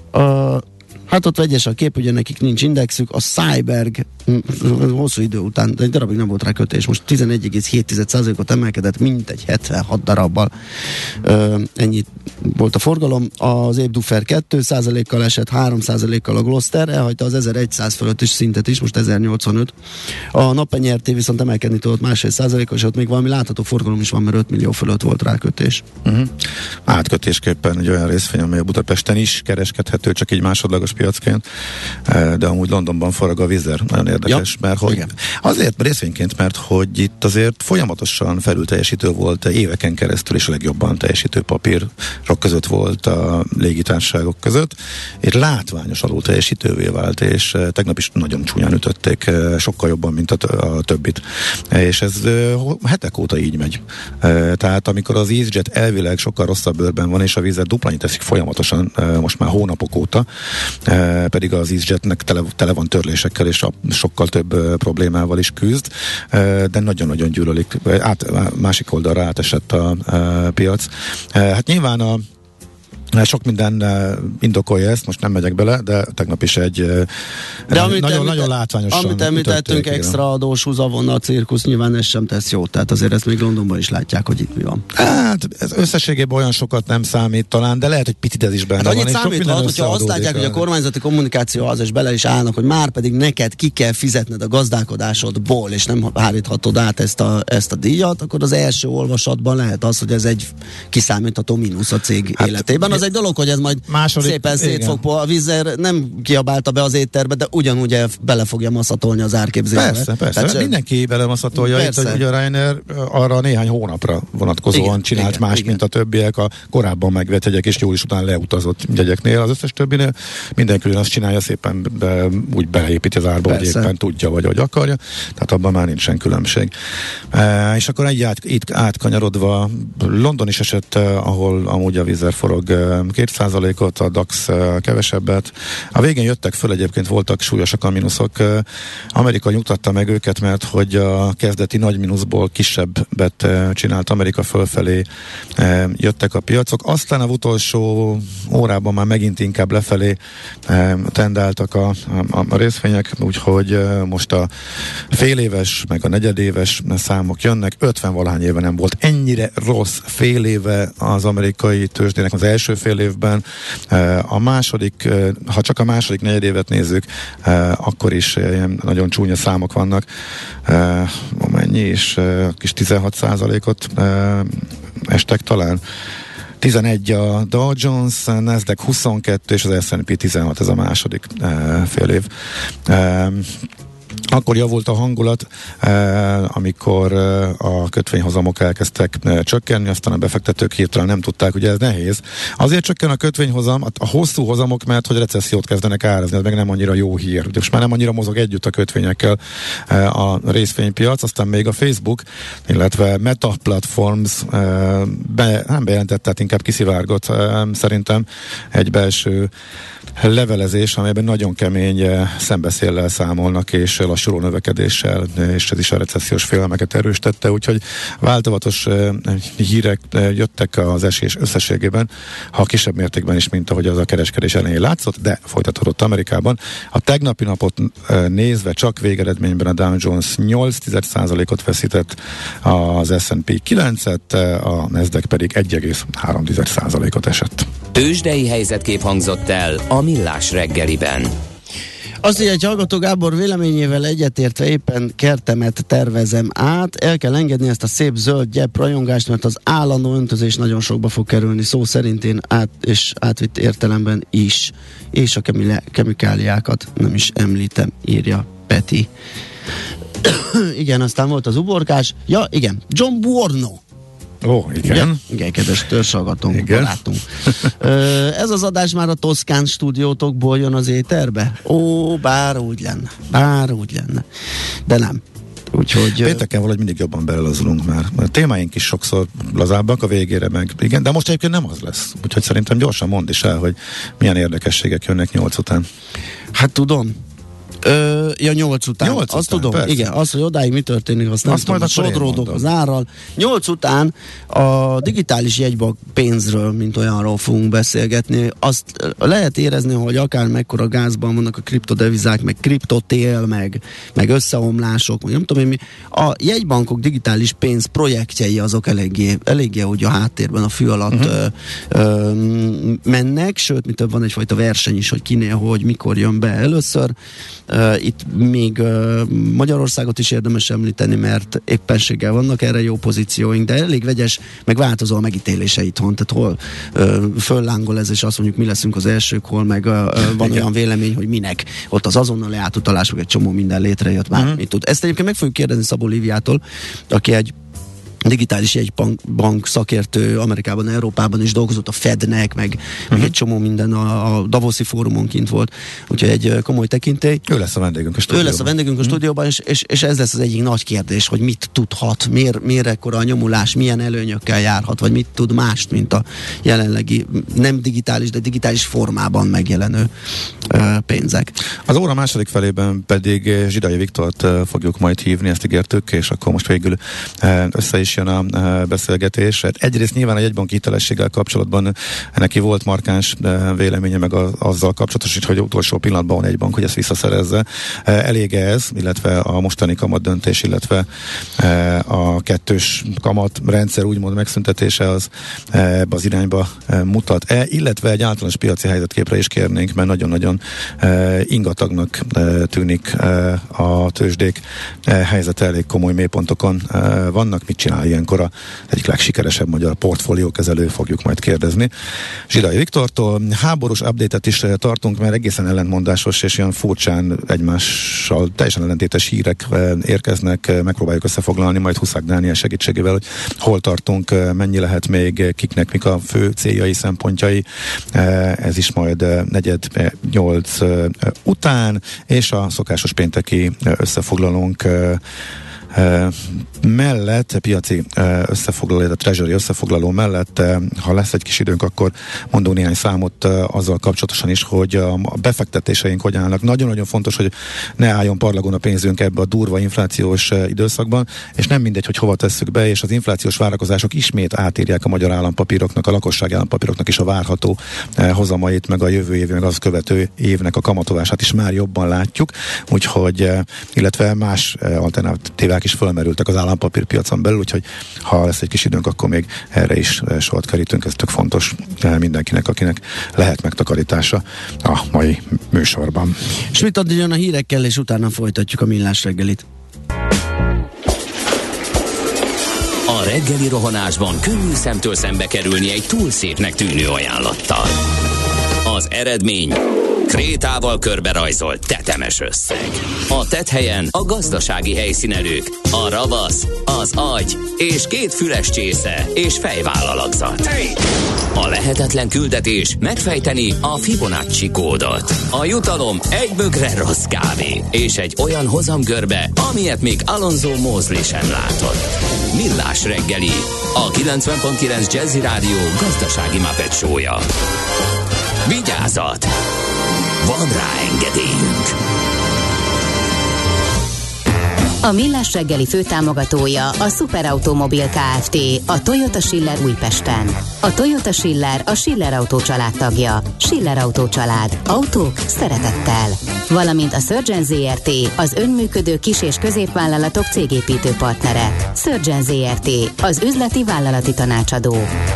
D: hát ott vegyes a kép, ugye nekik nincs indexük, a Cyberg hosszú idő után, de egy darabig nem volt rá kötés, most 11,7%-ot emelkedett, mintegy 76 darabbal. Ennyit volt a forgalom. Az Ébdufer 2%-kal esett, 3%-kal a Gloster, elhagyta az 1100 fölött is szintet is, most 1085. A Napenyerté viszont emelkedni tudott 1,5%-kal, és ott még valami látható forgalom is van, mert 5 millió fölött volt rá kötés.
E: Átkötésképpen egy olyan részvény, amely a Budapesten is kereskedhető, csak így másodlagos piacként, de amúgy Londonban forog a Vizer. Nagyon érdekes, mert hogy azért részvényként, mert hogy itt azért folyamatosan felülteljesítő volt éveken keresztül, és a legjobban teljesítő papírok között volt a légitársaságok között, és látványos alulteljesítővé vált, és tegnap is nagyon csúnyán ütötték, sokkal jobban, mint a többit. És ez hetek óta így megy. Tehát amikor az EasyJet elvileg sokkal rosszabb bőrben van, és a Vizer duplányi teszik folyamatosan, most már hónapok óta, pedig az EasyJetnek tele van törlésekkel, és sokkal több problémával is küzd, de nagyon-nagyon gyűlölik. Másik oldalra átesett a piac. Hát nyilván sok minden indokolja ezt, most nem megyek bele, de tegnap is egy nagyon látványosan
D: amit említettünk, extra adós húzavonna cirkusz, nyilván ez sem tesz jót, tehát azért ezt még Londonban is látják, hogy itt mi van.
E: Hát ez összességében olyan sokat nem számít talán, de lehet, hogy picit ez is benne van.
D: Annyit számíthat, hogyha azt látják, hogy a kormányzati kommunikáció az, és bele is állnak, hogy már pedig neked ki kell fizetned a gazdálkodásodból, és nem háríthatod át ezt a díjat, akkor az első olvasatban lehet az, hogy ez egy kiszámítható mínusz a cég életében. Az egy dolog, hogy ez majd szépen szét fog, a Vizer nem kiabálta be az étterbe, de ugyanúgy bele fogja maszatolni az árképzésbe.
E: Persze. Tehát, mindenki belemaszatolja. Itt, hogy a Ryanair arra néhány hónapra vonatkozóan csinált más, mint a többiek, a korábban megvett jegyek és július után leutazott jegyeknél. Az összes többinél mindenki azt csinálja, szépen úgy beleépíti az árba, hogy éppen tudja, vagy hogy akarja. Tehát abban már nincsen különbség. És akkor itt átkanyarodva, London is esett, ahol amúgy a Vizer forog 2%-ot, a DAX kevesebbet. A végén jöttek föl, egyébként voltak súlyosak a mínuszok. Amerika nyugtatta meg őket, mert hogy a kezdeti nagy mínuszból kisebbet csinált Amerika, fölfelé jöttek a piacok. Aztán az utolsó órában már megint inkább lefelé tendáltak a részvények, úgyhogy most a féléves, meg a negyedéves számok jönnek. 50-valahány éve nem volt ennyire rossz fél éve az amerikai tőzsdének az első fél évben. A második, ha csak a második negyedévet nézzük, akkor is ilyen nagyon csúnya számok vannak. Mennyi is? Kis 16%-ot estek talán. 11 a Dow Jones, Nasdaq 22 és az S&P 16, ez a második fél év. Akkor javult a hangulat, amikor a kötvényhozamok elkezdtek csökkenni, aztán a befektetők hirtelen nem tudták, ugye ez nehéz. Azért csökken a kötvényhozam, a hosszú hozamok, mert hogy recessziót kezdenek árazni, ez meg nem annyira jó hír. Most már nem annyira mozog együtt a kötvényekkel a részvénypiac, aztán még a Facebook, illetve Meta Platforms nem bejelentett, tehát inkább kiszivárgott szerintem egy belső levelezés, amelyben nagyon kemény szembeszéllel számolnak, és lassuló növekedéssel, és ez is a recessziós félelmeket erősítette, úgyhogy változatos hírek jöttek az esés összességében, ha kisebb mértékben is, mint ahogy az a kereskedés elején látszott, de folytatódott Amerikában. A tegnapi napot nézve csak végeredményben a Dow Jones 0,8%-ot veszített, az S&P 9-et, a Nasdaq pedig 1,3%-ot esett.
A: Tőzsdei helyzetkép hangzott el a Millás reggeliben.
D: Azt így egy hallgató Gábor véleményével egyetértve éppen kertemet tervezem át, el kell engedni ezt a szép zöld gyep rajongást, mert az állandó öntözés nagyon sokba fog kerülni, szó szerint én átvitt értelemben is, és a kemikáliákat nem is említem, írja Peti. Igen, aztán volt az uborkás. Ja, igen, John Buorno.
E: Ó, igen.
D: Igen, kedves törzshallgatónk, barátunk. Ez az adás már a Toszkán stúdiótokból jön az éterbe? Ó, bár úgy lenne. De nem. Úgyhogy...
E: Pénteken valahogy mindig jobban belelazulunk már. A témáink is sokszor lazábbak a végére meg. Igen, de most egyébként nem az lesz. Úgyhogy szerintem gyorsan mondd is el, hogy milyen érdekességek jönnek 8 után.
D: Hát tudom. 8 után.
E: 8
D: azt
E: után,
D: tudom.
E: persze.
D: Igen, az, hogy odáig mi történik, azt nem
E: Azt
D: tudom.
E: majd akkor én
D: Sodródok
E: mondom.
D: az árral. 8 után a digitális jegybank pénzről, mint olyanról fogunk beszélgetni. Azt lehet érezni, hogy akár mekkora gázban vannak a kriptodevizák, meg kriptotél, meg összeomlások, meg nem tudom én mi. A jegybankok digitális pénz projektjei azok eléggé úgy a háttérben, a fű alatt mennek, sőt, mi több van egyfajta verseny is, hogy kinél, hogy mikor jön be először. Itt még Magyarországot is érdemes említeni, mert éppenséggel vannak erre jó pozícióink, de elég vegyes, meg változó a megítélése itthon, tehát hol föllángol ez, és azt mondjuk, mi leszünk az elsők, hol meg van olyan vélemény, hogy minek. Ott az azonnali átutalás, meg egy csomó minden létrejött már. Mit tud. Ezt egyébként meg fogjuk kérdezni Szabó Líviától, aki egy digitális jegybank szakértő, Amerikában, Európában is dolgozott a Fednek, meg egy csomó minden a Davoszi fórumon kint volt, úgyhogy egy komoly tekintély.
E: Ő lesz a vendégünk a stúdióban.
D: Ő lesz a vendégünk a stúdióban, és ez lesz az egyik nagy kérdés, hogy mit tudhat, miért ekkora a nyomulás, milyen előnyökkel járhat, vagy mit tud mást, mint a jelenlegi nem digitális, de digitális formában megjelenő pénzek.
E: Az óra második felében pedig Zsidai Viktort fogjuk majd hívni, ezt ígértük, és akkor most végül össze is jön a beszélgetés. Egyrészt nyilván a jegybanki hitelességgel kapcsolatban neki volt markáns véleménye, meg azzal kapcsolatos, hogy utolsó pillanatban van egy bank, hogy ezt visszaszerezze. Elég ez, illetve a mostani kamat döntés, illetve a kettős kamat rendszer úgymond megszüntetése az ebbe az irányba mutat-e, illetve egy általános piaci helyzetképre is kérnénk, mert nagyon-nagyon ingatagnak tűnik a tőzsdék helyzete, elég komoly mélypontokon vannak. Mit csinál ilyenkor az egyik legsikeresebb magyar portfóliókezelő, fogjuk majd kérdezni Zsidai Viktortól. Háborús update-et is tartunk, mert egészen ellentmondásos és ilyen furcsán egymással teljesen ellentétes hírek érkeznek, megpróbáljuk összefoglalni majd Huszák Dániel segítségével, hogy hol tartunk, mennyi lehet még, kiknek mik a fő céljai, szempontjai. Ez is majd 4:08 után, és a szokásos pénteki összefoglalónk mellett, piaci összefoglaló, a treasury összefoglaló mellett, ha lesz egy kis időnk, akkor mondunk néhány számot azzal kapcsolatosan is, hogy a befektetéseink hogy állnak. Nagyon-nagyon fontos, hogy ne álljon parlagon a pénzünk ebbe a durva inflációs időszakban, és nem mindegy, hogy hova tesszük be, és az inflációs várakozások ismét átírják a magyar állampapíroknak, a lakosság állampapíroknak is a várható hozamait, meg a jövő év, meg az követő évnek a kamatolását is már jobban látjuk, úgyhogy, illetve más alternatívák is fölmerültek az állampapírpiacon belül, úgyhogy ha lesz egy kis időnk, akkor még erre is sort kerítünk, ez tök fontos mindenkinek, akinek lehet megtakarítása a mai műsorban.
D: És mit addig jön a hírekkel, és utána folytatjuk a Millás reggelit.
A: A reggeli rohanásban könnyű szemtől szembe kerülni egy túl szépnek tűnő ajánlattal. Az eredmény krétával körberajzolt tetemes összeg. A tetthelyen a gazdasági helyszínelők, a ravasz, az agy és 2 füles csésze és fejvállalakzat. A lehetetlen küldetés megfejteni a Fibonacci kódot. A jutalom egy bögre rossz kávé és egy olyan hozamgörbe, amilyet még Alonso Mosley sem látott. Millás reggeli, a 90.9 Jazzy Rádió gazdasági Muppet show-ja. Vigyázat! Van rá engedélyünk!
F: A Millás reggeli főtámogatója a Superautomobil Kft. A Toyota Schiller Újpesten. A Toyota Schiller a Schiller Autó család tagja. Schiller Autó család. Autók szeretettel. Valamint a Surgeon ZRT, az önműködő kis- és középvállalatok cégépítő partnere. Surgeon ZRT, az üzleti vállalati tanácsadó.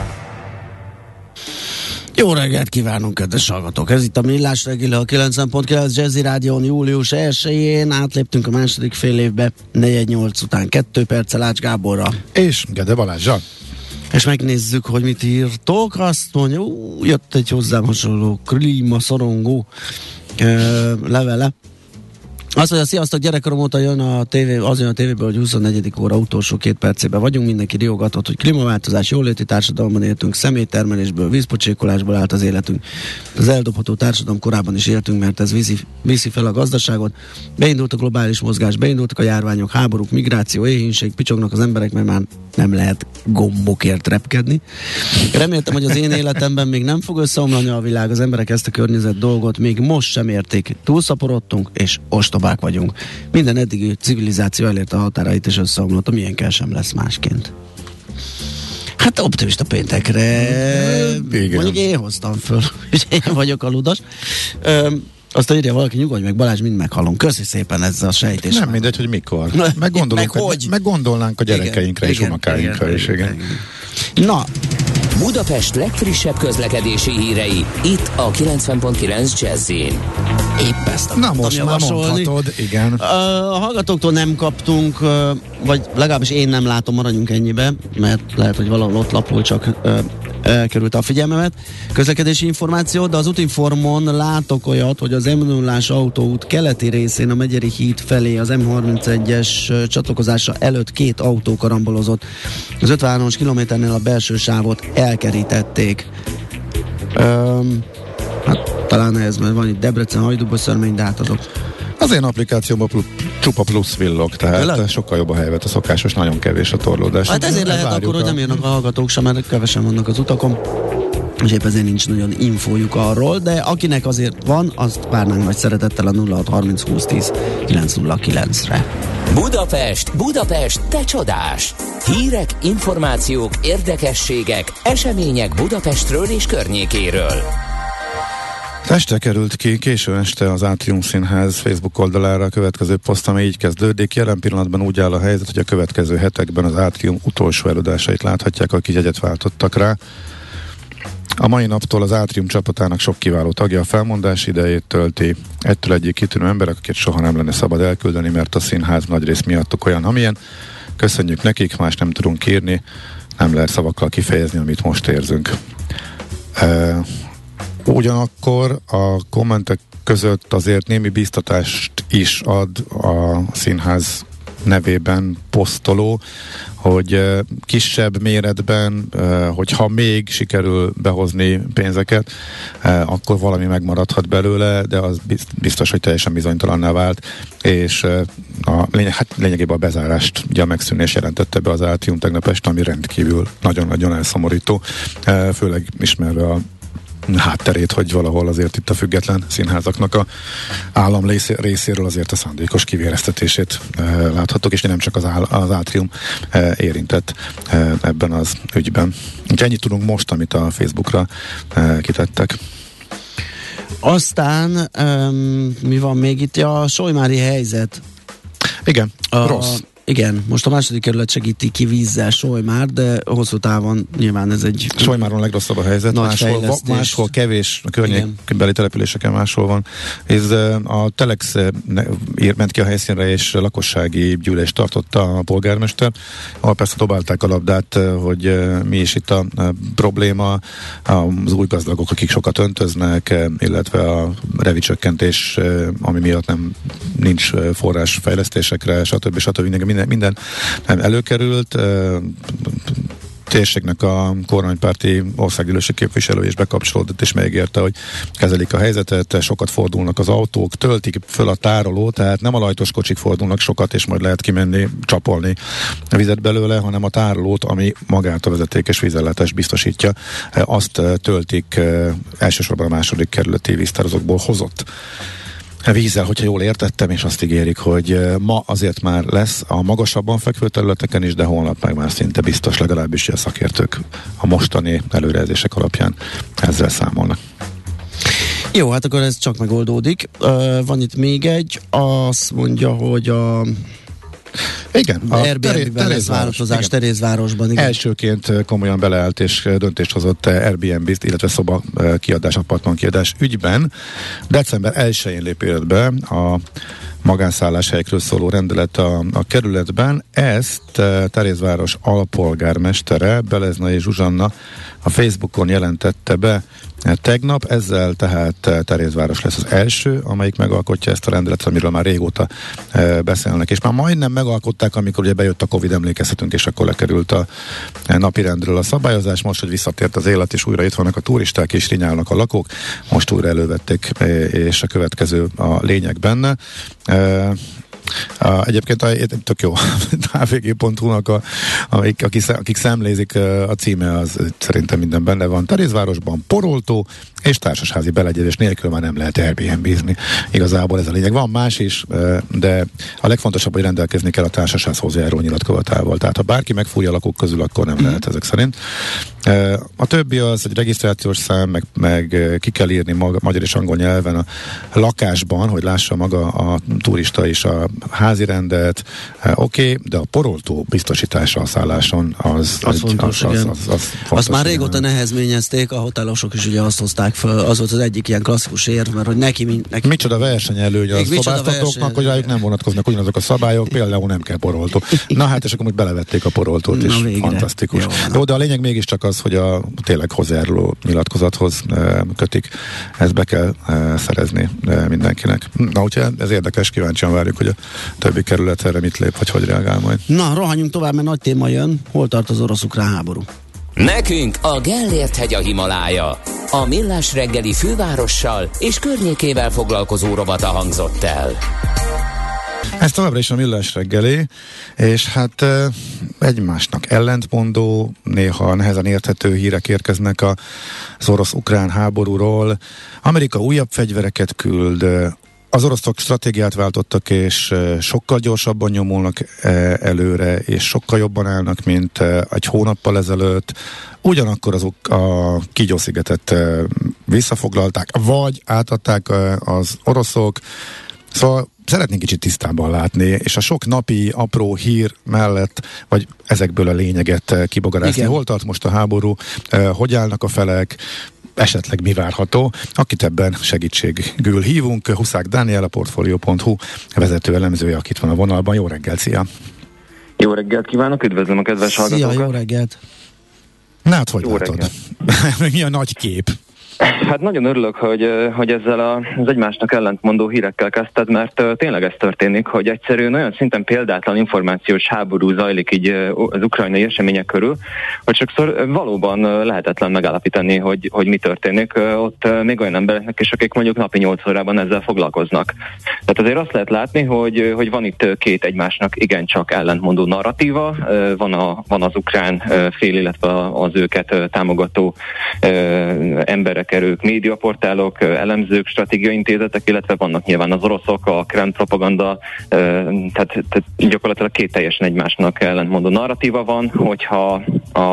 D: Jó reggelt kívánunk, kedves hallgatók! Ez itt a Millás reggeli, a 90.9 Jazzy Rádión július 1-én. Átléptünk a második fél évbe, 4:08 után 2 perccel Ács Gáborra.
E: És Gede Balázsra.
D: És megnézzük, hogy mit írtok. Azt mondja, jött egy hozzám hasonló klímaszorongó levele. Azt mondja, sziasztok, gyerekkorom óta jön a tévé, az jön a tévéből, hogy 24. óra utolsó 2 percében vagyunk, mindenki riogatott, hogy klímaváltozás, jóléti társadalomban éltünk, személytermelésből, vízpocsékolásból állt az életünk. Az eldobható társadalom korában is éltünk, mert ez viszi fel a gazdaságot. Beindult a globális mozgás, beindultak a járványok, háborúk, migráció, éhínség, picsognak az emberek, mert már nem lehet gombokért repkedni. Reméltem, hogy az én életemben még nem fog összeomlani a világ, az emberek ezt a környezet dolgot még most sem érték. Túlszaporodtunk, és ostobák vagyunk. Minden eddigi civilizáció elérte a határait, és összeomlott, amilyen kell sem lesz másként. Hát optimista péntekre mondjuk én hoztam föl, és én vagyok a ludas. Azt írja valaki, nyugodj meg, Balázs, mind meghalunk. Köszi szépen ez a sejtés.
E: Nem mindegy, hogy mikor. Meggondolnánk a gyerekeinkre és unokáinkra is. Igen.
D: Na,
A: Budapest legfrissebb közlekedési hírei, itt a 90.9 Jazz-in.
D: épp ezt
E: Na
D: akartam
E: most már
D: javasolni.
E: mondhatod, igen.
D: A hallgatóktól nem kaptunk, vagy legalábbis én nem látom, maradjunk ennyibe, mert lehet, hogy valahol ott lapul, csak elkerült a figyelmemet. Közlekedési információ, de az Útinformon látok olyat, hogy az M0-ás autóút keleti részén a Megyeri híd felé az M31-es csatlakozása előtt 2 autó karambolozott. Az 53-as kilométernél a belső sávot elkerítették. Hát talán ez, mert van itt Debrecen, Hajdúböszörmény, de hát azok.
E: Az én applikációban csupa plusz villog, tehát sokkal jobb a helyzet, a szokásos, nagyon kevés a torlódás.
D: Hát ezért lehet akkor, hogy nem írnak a hallgatók sem, mert kevesen vannak az utakon, és épp ezért nincs nagyon infójuk arról, de akinek azért van, azt várnánk nagy szeretettel a 0630 20 10 909-re.
A: Budapest, te csodás! Hírek, információk, érdekességek, események Budapestről és környékéről.
E: Este került ki késő este az Átrium Színház Facebook oldalára a következő poszt, ami így kezdődik. Jelen pillanatban úgy áll a helyzet, hogy a következő hetekben az Átrium utolsó előadásait láthatják, akik jegyet váltottak rá. A mai naptól az Átrium csapatának sok kiváló tagja a felmondás idejét tölti. Egytől egyik kitűnő emberek, akiket soha nem lenne szabad elküldeni, mert a színház nagyrészt miattuk olyan, amilyen. Köszönjük nekik, más nem tudunk írni, nem lehet szavakkal kifejezni, amit most érzünk. Ugyanakkor a kommentek között azért némi bíztatást is ad a színház nevében posztoló, hogy kisebb méretben, hogyha még sikerül behozni pénzeket, akkor valami megmaradhat belőle, de az biztos, hogy teljesen bizonytalanná vált, és lényegében a bezárást, ugye a megszűnés jelentette be az Átrium tegnap este, ami rendkívül nagyon-nagyon elszomorító, főleg ismerve a hátterét, hogy valahol azért itt a független színházaknak a állam részéről azért a szándékos kivéreztetését láthatók, és nem csak az Átrium érintett ebben az ügyben. Úgyhogy ennyit tudunk most, amit a Facebookra kitettek.
D: Aztán mi van még itt? A solymári helyzet.
E: Igen, rossz.
D: Igen, most a második kerület segíti ki vízzel Solymár, de hosszú távon nyilván ez egy...
E: Solymáron a legrosszabb a helyzet, máshol kevés, a környékbeli településeken máshol van. Ez a Telex ment ki a helyszínre, és lakossági gyűlést tartotta a polgármester, ahol persze dobálták a labdát, hogy mi is itt a probléma, az új gazdagok, akik sokat öntöznek, illetve a revicsökkentés, ami miatt nincs forrás fejlesztésekre, stb. Minden előkerült. Térségnek a kormánypárti országgyűlési képviselő is bekapcsolódott, és megérte, hogy kezelik a helyzetet, sokat fordulnak az autók, töltik föl a tárolót, tehát nem a lajtos kocsik fordulnak sokat, és majd lehet kimenni, csapolni a vizet belőle, hanem a tárolót, ami magát a vezetékes vízellátást biztosítja, azt töltik elsősorban a második kerületi víztározókból hozott vízzel, hogyha jól értettem, és azt ígérik, hogy ma azért már lesz a magasabban fekvő területeken is, de holnap meg már szinte biztos, legalábbis a szakértők a mostani előrejelzések alapján ezzel számolnak.
D: Jó, hát akkor ez csak megoldódik. Van itt még egy, azt mondja, hogy
E: igen,
D: a Airbnb-ben lesz változás Terézvárosban. Igen.
E: Elsőként komolyan beleállt és döntést hozott Airbnb-t, illetve szoba kiadás, apartman kiadás ügyben. December 1-én lép életbe a magánszálláshelyekről szóló rendelet a kerületben. Ezt Terézváros alpolgármestere, Beleznai Zsuzsanna a Facebookon jelentette be tegnap, ezzel tehát Terézváros lesz az első, amelyik megalkotja ezt a rendeletet, amiről már régóta beszélnek, és már majdnem megalkották, amikor ugye bejött a Covid, emlékezhetünk, és akkor lekerült a napirendről a szabályozás. Most, hogy visszatért az élet, és újra itt vannak a turisták, és rinyálnak a lakók, most újra elővették, és a következő a lényeg benne. Egyébként tök jó hvg.hu-nak akik szemlézik, a címe az szerintem minden benne van. Terézvárosban poroltó és társasházi beleegyezés nélkül már nem lehet Airbnb-zni. Igazából ez a lényeg. Van más is, de a legfontosabb, hogy rendelkezni kell a társasházhoz járó nyilatkozatával. Tehát ha bárki megfúrja a lakók közül, akkor nem lehet ezek szerint. A többi az egy regisztrációs szám, meg ki kell írni magyar és angol nyelven a lakásban, hogy lássa maga a turista is a házi rendet. Oké, de a poroltó biztosítása a szálláson az
D: fontos. Azt már régóta nehezményezték, a hotelosok is ugye azt hozták föl, az volt az egyik ilyen klasszikus érv, mert hogy neki
E: micsoda versenyelőny a szobáztatóknak, hogy rájuk nem vonatkoznak ugyanazok a szabályok, például nem kell poroltó. Na hát, és akkor most belevették a poroltót, és fantasztikus. Jó, de a lényeg mégiscsak az, hogy a tényleg hozzájáruló nyilatkozathoz kötik. Ezt be kell szerezni mindenkinek. Na, úgyhogy ez érdekes, kíváncsian várjuk, hogy a többi kerület erre mit lép, vagy hogy reagál majd.
D: Na, rohanjunk tovább, mert nagy téma jön. Hol tart az orosz-ukrán háború?
A: Nekünk a Gellért-hegy a Himalája. A Millás reggeli fővárossal és környékével foglalkozó rovata hangzott el.
E: Ez továbbra is a Millás reggeli, és hát egymásnak ellentmondó, néha nehezen érthető hírek érkeznek az orosz-ukrán háborúról. Amerika újabb fegyvereket küld, az oroszok stratégiát váltottak, és sokkal gyorsabban nyomulnak előre, és sokkal jobban állnak, mint egy hónappal ezelőtt. Ugyanakkor a Kigyó-szigetet visszafoglalták, vagy átadták az oroszok. Szóval szeretnénk kicsit tisztában látni, és a sok napi apró hír mellett, vagy ezekből a lényeget kibogarászni. Hol tart most a háború, hogy állnak a felek, esetleg mi várható. Akit ebben segítségül hívunk, Huszák Dániel, a Portfolio.hu vezető elemzője, akit van a vonalban. Jó reggelt, szia!
G: Jó reggelt kívánok, üdvözlöm a kedves hallgatókat!
D: Szia, jó reggelt!
E: Na hát, hogy látod? Mi a nagy kép?
G: Hát nagyon örülök, hogy ezzel az egymásnak ellentmondó hírekkel kezdted, mert tényleg ez történik, hogy egyszerűen olyan szinten példátlan információs háború zajlik így az ukrajnai események körül, hogy sokszor valóban lehetetlen megállapítani, hogy mi történik. Ott még olyan embereknek is, akik mondjuk napi 8 órában ezzel foglalkoznak. Tehát azért azt lehet látni, hogy van itt két egymásnak igencsak ellentmondó narratíva, van az ukrán fél, illetve az őket támogató emberek, erők, médiaportálok, elemzők, stratégiaintézetek, illetve vannak nyilván az oroszok, a Kreml propaganda, tehát gyakorlatilag két teljesen egymásnak ellentmondó narratíva van, hogyha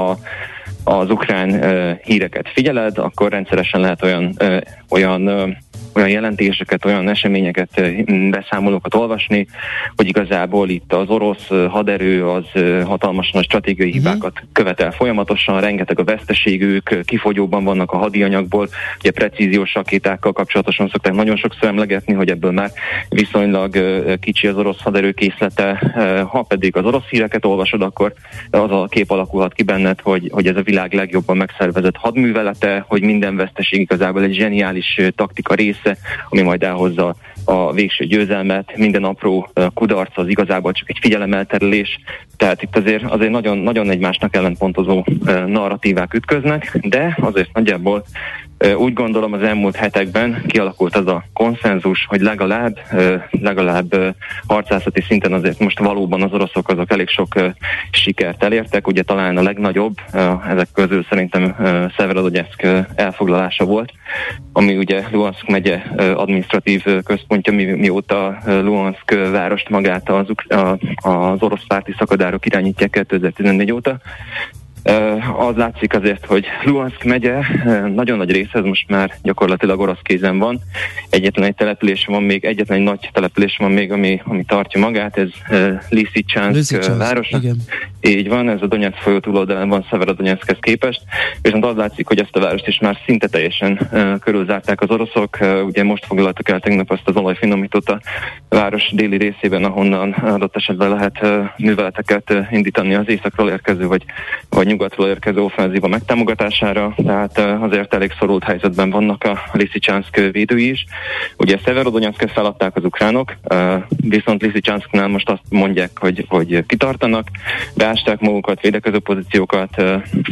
G: az ukrán híreket figyeled, akkor rendszeresen lehet olyan jelentéseket, olyan eseményeket, beszámolókat olvasni, hogy igazából itt az orosz haderő az hatalmas nagy stratégiai hibákat követel folyamatosan, rengeteg a veszteségük, kifogyóban vannak a hadianyagból, ugye precíziós rakétákkal kapcsolatosan szokták nagyon sokszor emlegetni, hogy ebből már viszonylag kicsi az orosz haderő készlete. Ha pedig az orosz híreket olvasod, akkor az a kép alakulhat ki benned, hogy ez a világ legjobban megszervezett hadművelete, hogy minden veszteség igazából egy zseniális taktika része, ami majd elhozza a végső győzelmet, minden apró kudarc az igazából csak egy figyelemelterelés, tehát itt azért nagyon, nagyon egymásnak ellentpontozó narratívák ütköznek, de azért nagyjából úgy gondolom az elmúlt hetekben kialakult az a konszenzus, hogy legalább harcászati szinten azért most valóban az oroszok azok elég sok sikert elértek, ugye talán a legnagyobb ezek közül szerintem Szeverodonyeck elfoglalása volt, ami ugye Luhanszk megye adminisztratív központja, mióta Luhanszk várost magát az orosz párti szakadárok irányítják 2014 óta. Az látszik azért, hogy Luhanszk megye nagyon nagy része, ez most már gyakorlatilag orosz kézen van. Egyetlen egy nagy település van még, ami tartja magát, ez Lysychansk város.
D: Igen.
G: Így van, ez a Donetsz folyó túloldalán van Szeverodonyeckhez képest, viszont az látszik, hogy ezt a várost is már szinte teljesen körülzárták az oroszok. Ugye most foglaltak el tegnap azt az olajfinomítót a város déli részében, ahonnan adott esetben lehet műveleteket indítani az északról érkező vagy nyugatról érkező offenzíva megtámogatására, tehát azért elég szorult helyzetben vannak a Lysychansk védői is. Ugye Szeverodonyecket feladták az ukránok, viszont Lysychansknál most azt mondják, hogy kitartanak, beásták magukat, védekező pozíciókat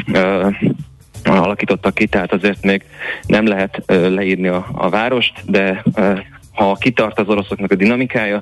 G: alakítottak ki, tehát azért még nem lehet leírni a várost, de ha kitart az oroszoknak a dinamikája,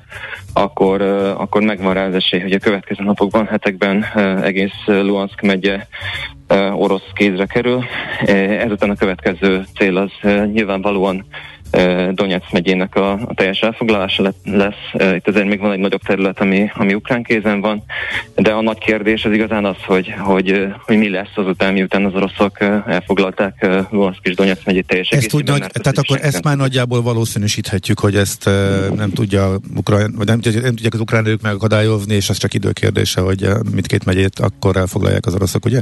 G: akkor megvan rá az esély, hogy a következő napokban, hetekben egész Luhanszk megye orosz kézre kerül. Ezután a következő cél az nyilvánvalóan Donetsz megyének a teljes elfoglalása lesz. Itt azért még van egy nagyobb terület, ami ukrán kézen van, de a nagy kérdés az igazán az, hogy mi lesz azután, miután az oroszok elfoglalták Luhanszk és Donetsz megyét teljes egészében.
E: Tehát akkor ezt már nagyjából valószínűsíthetjük, hogy ezt nem tudják az ukrán erők megakadályozni, és az csak időkérdése, hogy mindkét megyét akkor elfoglalják az oroszok, ugye?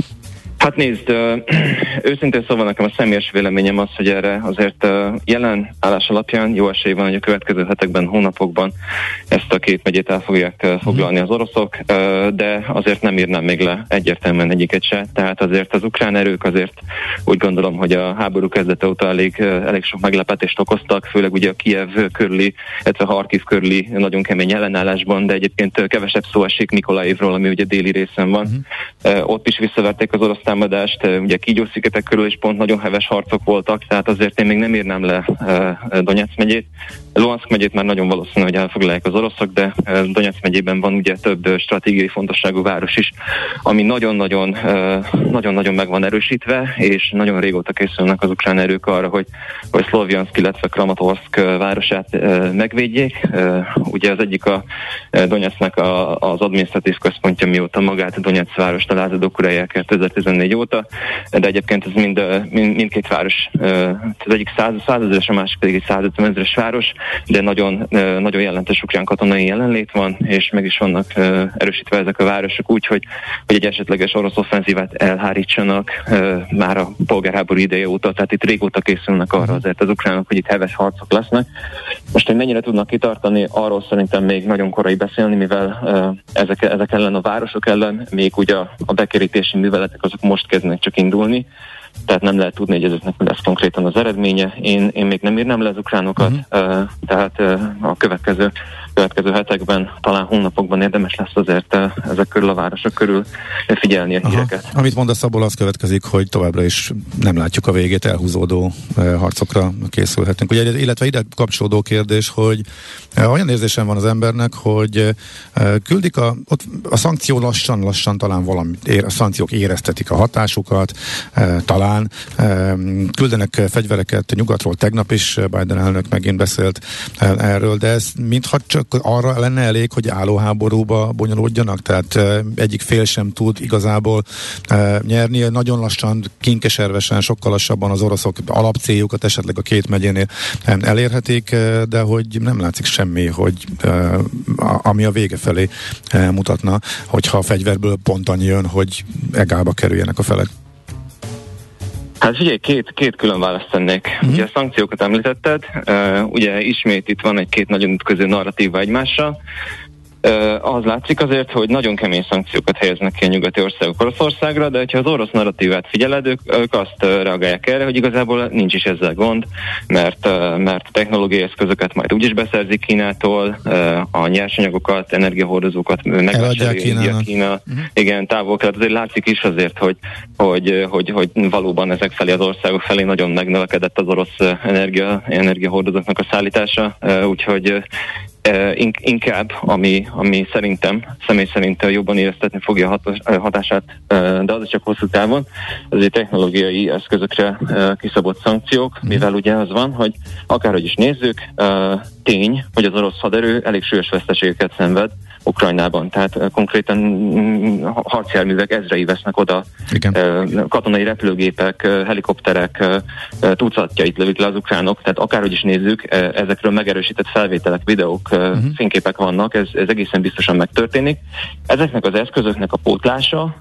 G: Hát nézd, őszintén szóval nekem a személyes véleményem az, hogy erre azért jelen állás alapján jó esély van, hogy a következő hetekben, hónapokban ezt a két megyét el fogják foglalni az oroszok, de azért nem írnám még le egyértelműen egyiket se. Tehát azért az ukrán erők azért úgy gondolom, hogy a háború kezdete óta elég sok meglepetést okoztak, főleg ugye a Kijev körüli, illetve Harkiv körüli nagyon kemény ellenállásban, de egyébként kevesebb szó esik Mikolajivról, ami ugye déli részen van. Ott is visszaverték az orosz támadást, ugye Kígyó-szigetek körül is pont nagyon heves harcok voltak, tehát azért én még nem írnám le Donetsz megyét. Luhanszk megyét már nagyon valószínű, hogy elfoglalják az oroszok, de Donetsz megyében van ugye több stratégiai fontosságú város is, ami nagyon-nagyon meg van erősítve, és nagyon régóta készülnek az ukrán erők arra, hogy Szlovjanszk, illetve Kramatorszk városát megvédjék. Ugye az egyik a Donetsznek az adminisztratív központja, mióta magát Donetsz várost lázadók uralják 2014 óta, de egyébként ez mindkét város, az egyik 100 000-es, a másik pedig egy 150 000-es város, de nagyon jelentős ukrán katonai jelenlét van, és meg is vannak erősítve ezek a városok úgy, hogy egy esetleges orosz offenzívát elhárítsanak már a polgárháború ideje óta, tehát itt régóta készülnek arra azért az ukránok, hogy itt heves harcok lesznek. Most, hogy mennyire tudnak kitartani, arról szerintem még nagyon korai beszélni, mivel ezek ellen a városok ellen még ugye a bekerítési műveletek azok most kezdnek csak indulni, tehát nem lehet tudni, hogy ezeknek lesz konkrétan az eredménye. Én még nem írnám le az ukránokat, tehát a következő hetekben, talán hónapokban érdemes lesz azért ezek körül a városok körül figyelni a híreket.
E: Amit mondasz, abból az következik, hogy továbbra is nem látjuk a végét, elhúzódó harcokra készülhetünk. Ugye, illetve ide kapcsolódó kérdés, hogy olyan érzésem van az embernek, hogy küldik a szankció lassan talán a szankciók éreztetik a hatásukat, talán küldenek fegyvereket nyugatról, tegnap is Biden elnök megint beszélt erről, de ez mintha csak arra lenne elég, hogy állóháborúba bonyolódjanak, tehát egyik fél sem tud igazából nyerni, nagyon lassan, kinkeservesen, sokkal lassabban az oroszok alapcéljukat esetleg a két megyénél elérhetik, de hogy nem látszik semmi, hogy ami a vége felé mutatna, hogyha a fegyverből pont annyi jön, hogy egálba kerüljenek a felek.
G: Hát figyelj, két külön választ tennék. Ugye a szankciókat említetted, ugye ismét itt van egy-két nagyon ütköző narratíva egymással. Az látszik azért, hogy nagyon kemény szankciókat helyeznek ki a nyugati országok Oroszországra, de hogyha az orosz narratívát figyeled, ők azt reagálják erre, hogy igazából nincs is ezzel gond, mert technológiai eszközöket majd úgyis beszerzik Kínától, a nyersanyagokat, energiahordozókat megvásárolja Kína. Igen, távol, tehát azért látszik is azért, hogy valóban ezek felé, az országok felé nagyon megnövekedett az orosz energiahordozóknak a szállítása, úgyhogy inkább, ami szerintem, személy szerint jobban éreztetni fogja a hatását, de az is csak hosszú távon, azért technológiai eszközökre kiszabott szankciók, mivel ugye az van, hogy akárhogy is nézzük, tény, hogy az orosz haderő elég súlyos veszteségeket szenved Ukrajnában. Tehát konkrétan harcjárművek ezrei vesznek oda, katonai repülőgépek, helikopterek tucatjait lövik le az ukránok, tehát akárhogy is nézzük, ezekről megerősített felvételek, videók, fényképek vannak, ez egészen biztosan megtörténik. Ezeknek az eszközöknek a pótlása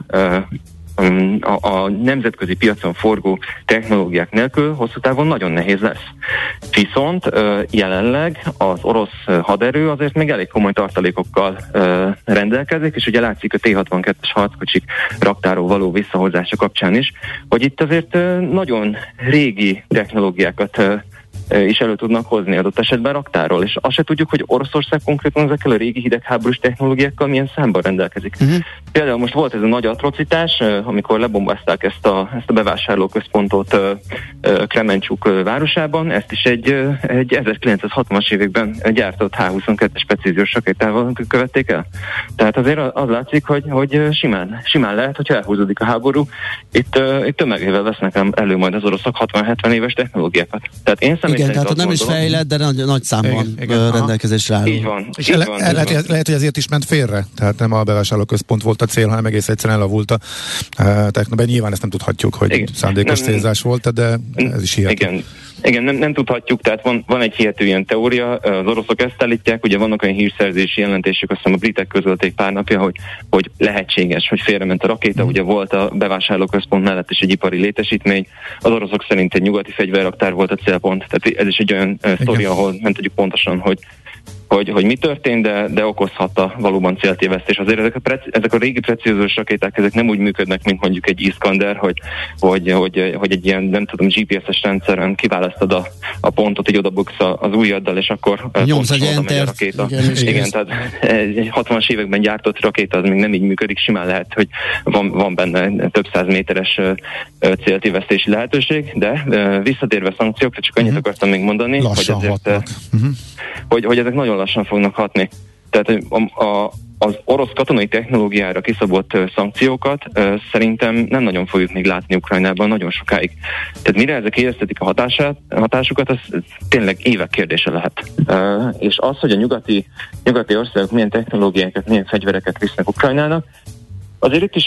G: a nemzetközi piacon forgó technológiák nélkül hosszú távon nagyon nehéz lesz. Viszont jelenleg az orosz haderő azért még elég komoly tartalékokkal rendelkezik, és ugye látszik a T-62-es harckocsik raktáról való visszahozása kapcsán is, hogy itt azért nagyon régi technológiákat is elő tudnak hozni adott esetben raktáról, és azt se tudjuk, hogy Oroszország konkrétan ezekkel a régi hidegháborús technológiákkal milyen számban rendelkezik. Például most volt ez a nagy atrocitás, amikor lebombázták ezt a bevásárlóközpontot Kremencsuk városában, ezt is egy 1960-as években gyártott H-22-es precíziós rakétával követték el. Tehát azért az látszik, hogy simán lehet, hogyha elhúzódik a háború, itt tömegével vesznek elő majd az oroszok 60-70 éves technológiákat. Tehát én
D: igen, tehát nem is fejlett, de nagy számban rendelkezésre álló.
G: Így van.
E: És lehet, hogy ezért is ment félre. Tehát nem a bevásárlóközpont volt a cél, hanem egész egyszerűen elavult a technológia. Nyilván ezt nem tudhatjuk, hogy szándékos célzás volt, de ez is hihető.
G: Igen, nem tudhatjuk, tehát van egy hihető ilyen teória, az oroszok ezt állítják, ugye vannak olyan hírszerzési jelentések, azt hiszem a britek közölték pár napja, hogy lehetséges, hogy félrement a rakéta, ugye volt a bevásárlóközpont mellett is egy ipari létesítmény, az oroszok szerint egy nyugati fegyverraktár volt a célpont, tehát ez is egy olyan sztori, ahol nem tudjuk pontosan, hogy mi történt, de okozhatta valóban céltévesztés. Azért ezek a régi precíziós rakéták, ezek nem úgy működnek, mint mondjuk egy Iskander, hogy egy ilyen, nem tudom, GPS-es rendszeren kiválasztod a pontot, így odabuksz az ujjaddal, és akkor
D: nyomsz egy
G: oda megy a rakéta. Igen, tehát egy 60-as években gyártott rakéta, az még nem így működik, simán lehet, hogy van benne több száz méteres céltévesztési lehetőség, de visszatérve szankciókra, csak annyit akartam még mondani, hogy ezek nagyon lassan fognak hatni. Tehát az orosz katonai technológiára kiszabott szankciókat szerintem nem nagyon fogjuk még látni Ukrajnában nagyon sokáig. Tehát mire ezek éreztetik a hatásukat, az tényleg évek kérdése lehet. És az, hogy a nyugati országok milyen technológiákat, milyen fegyvereket visznek Ukrajnának, azért itt is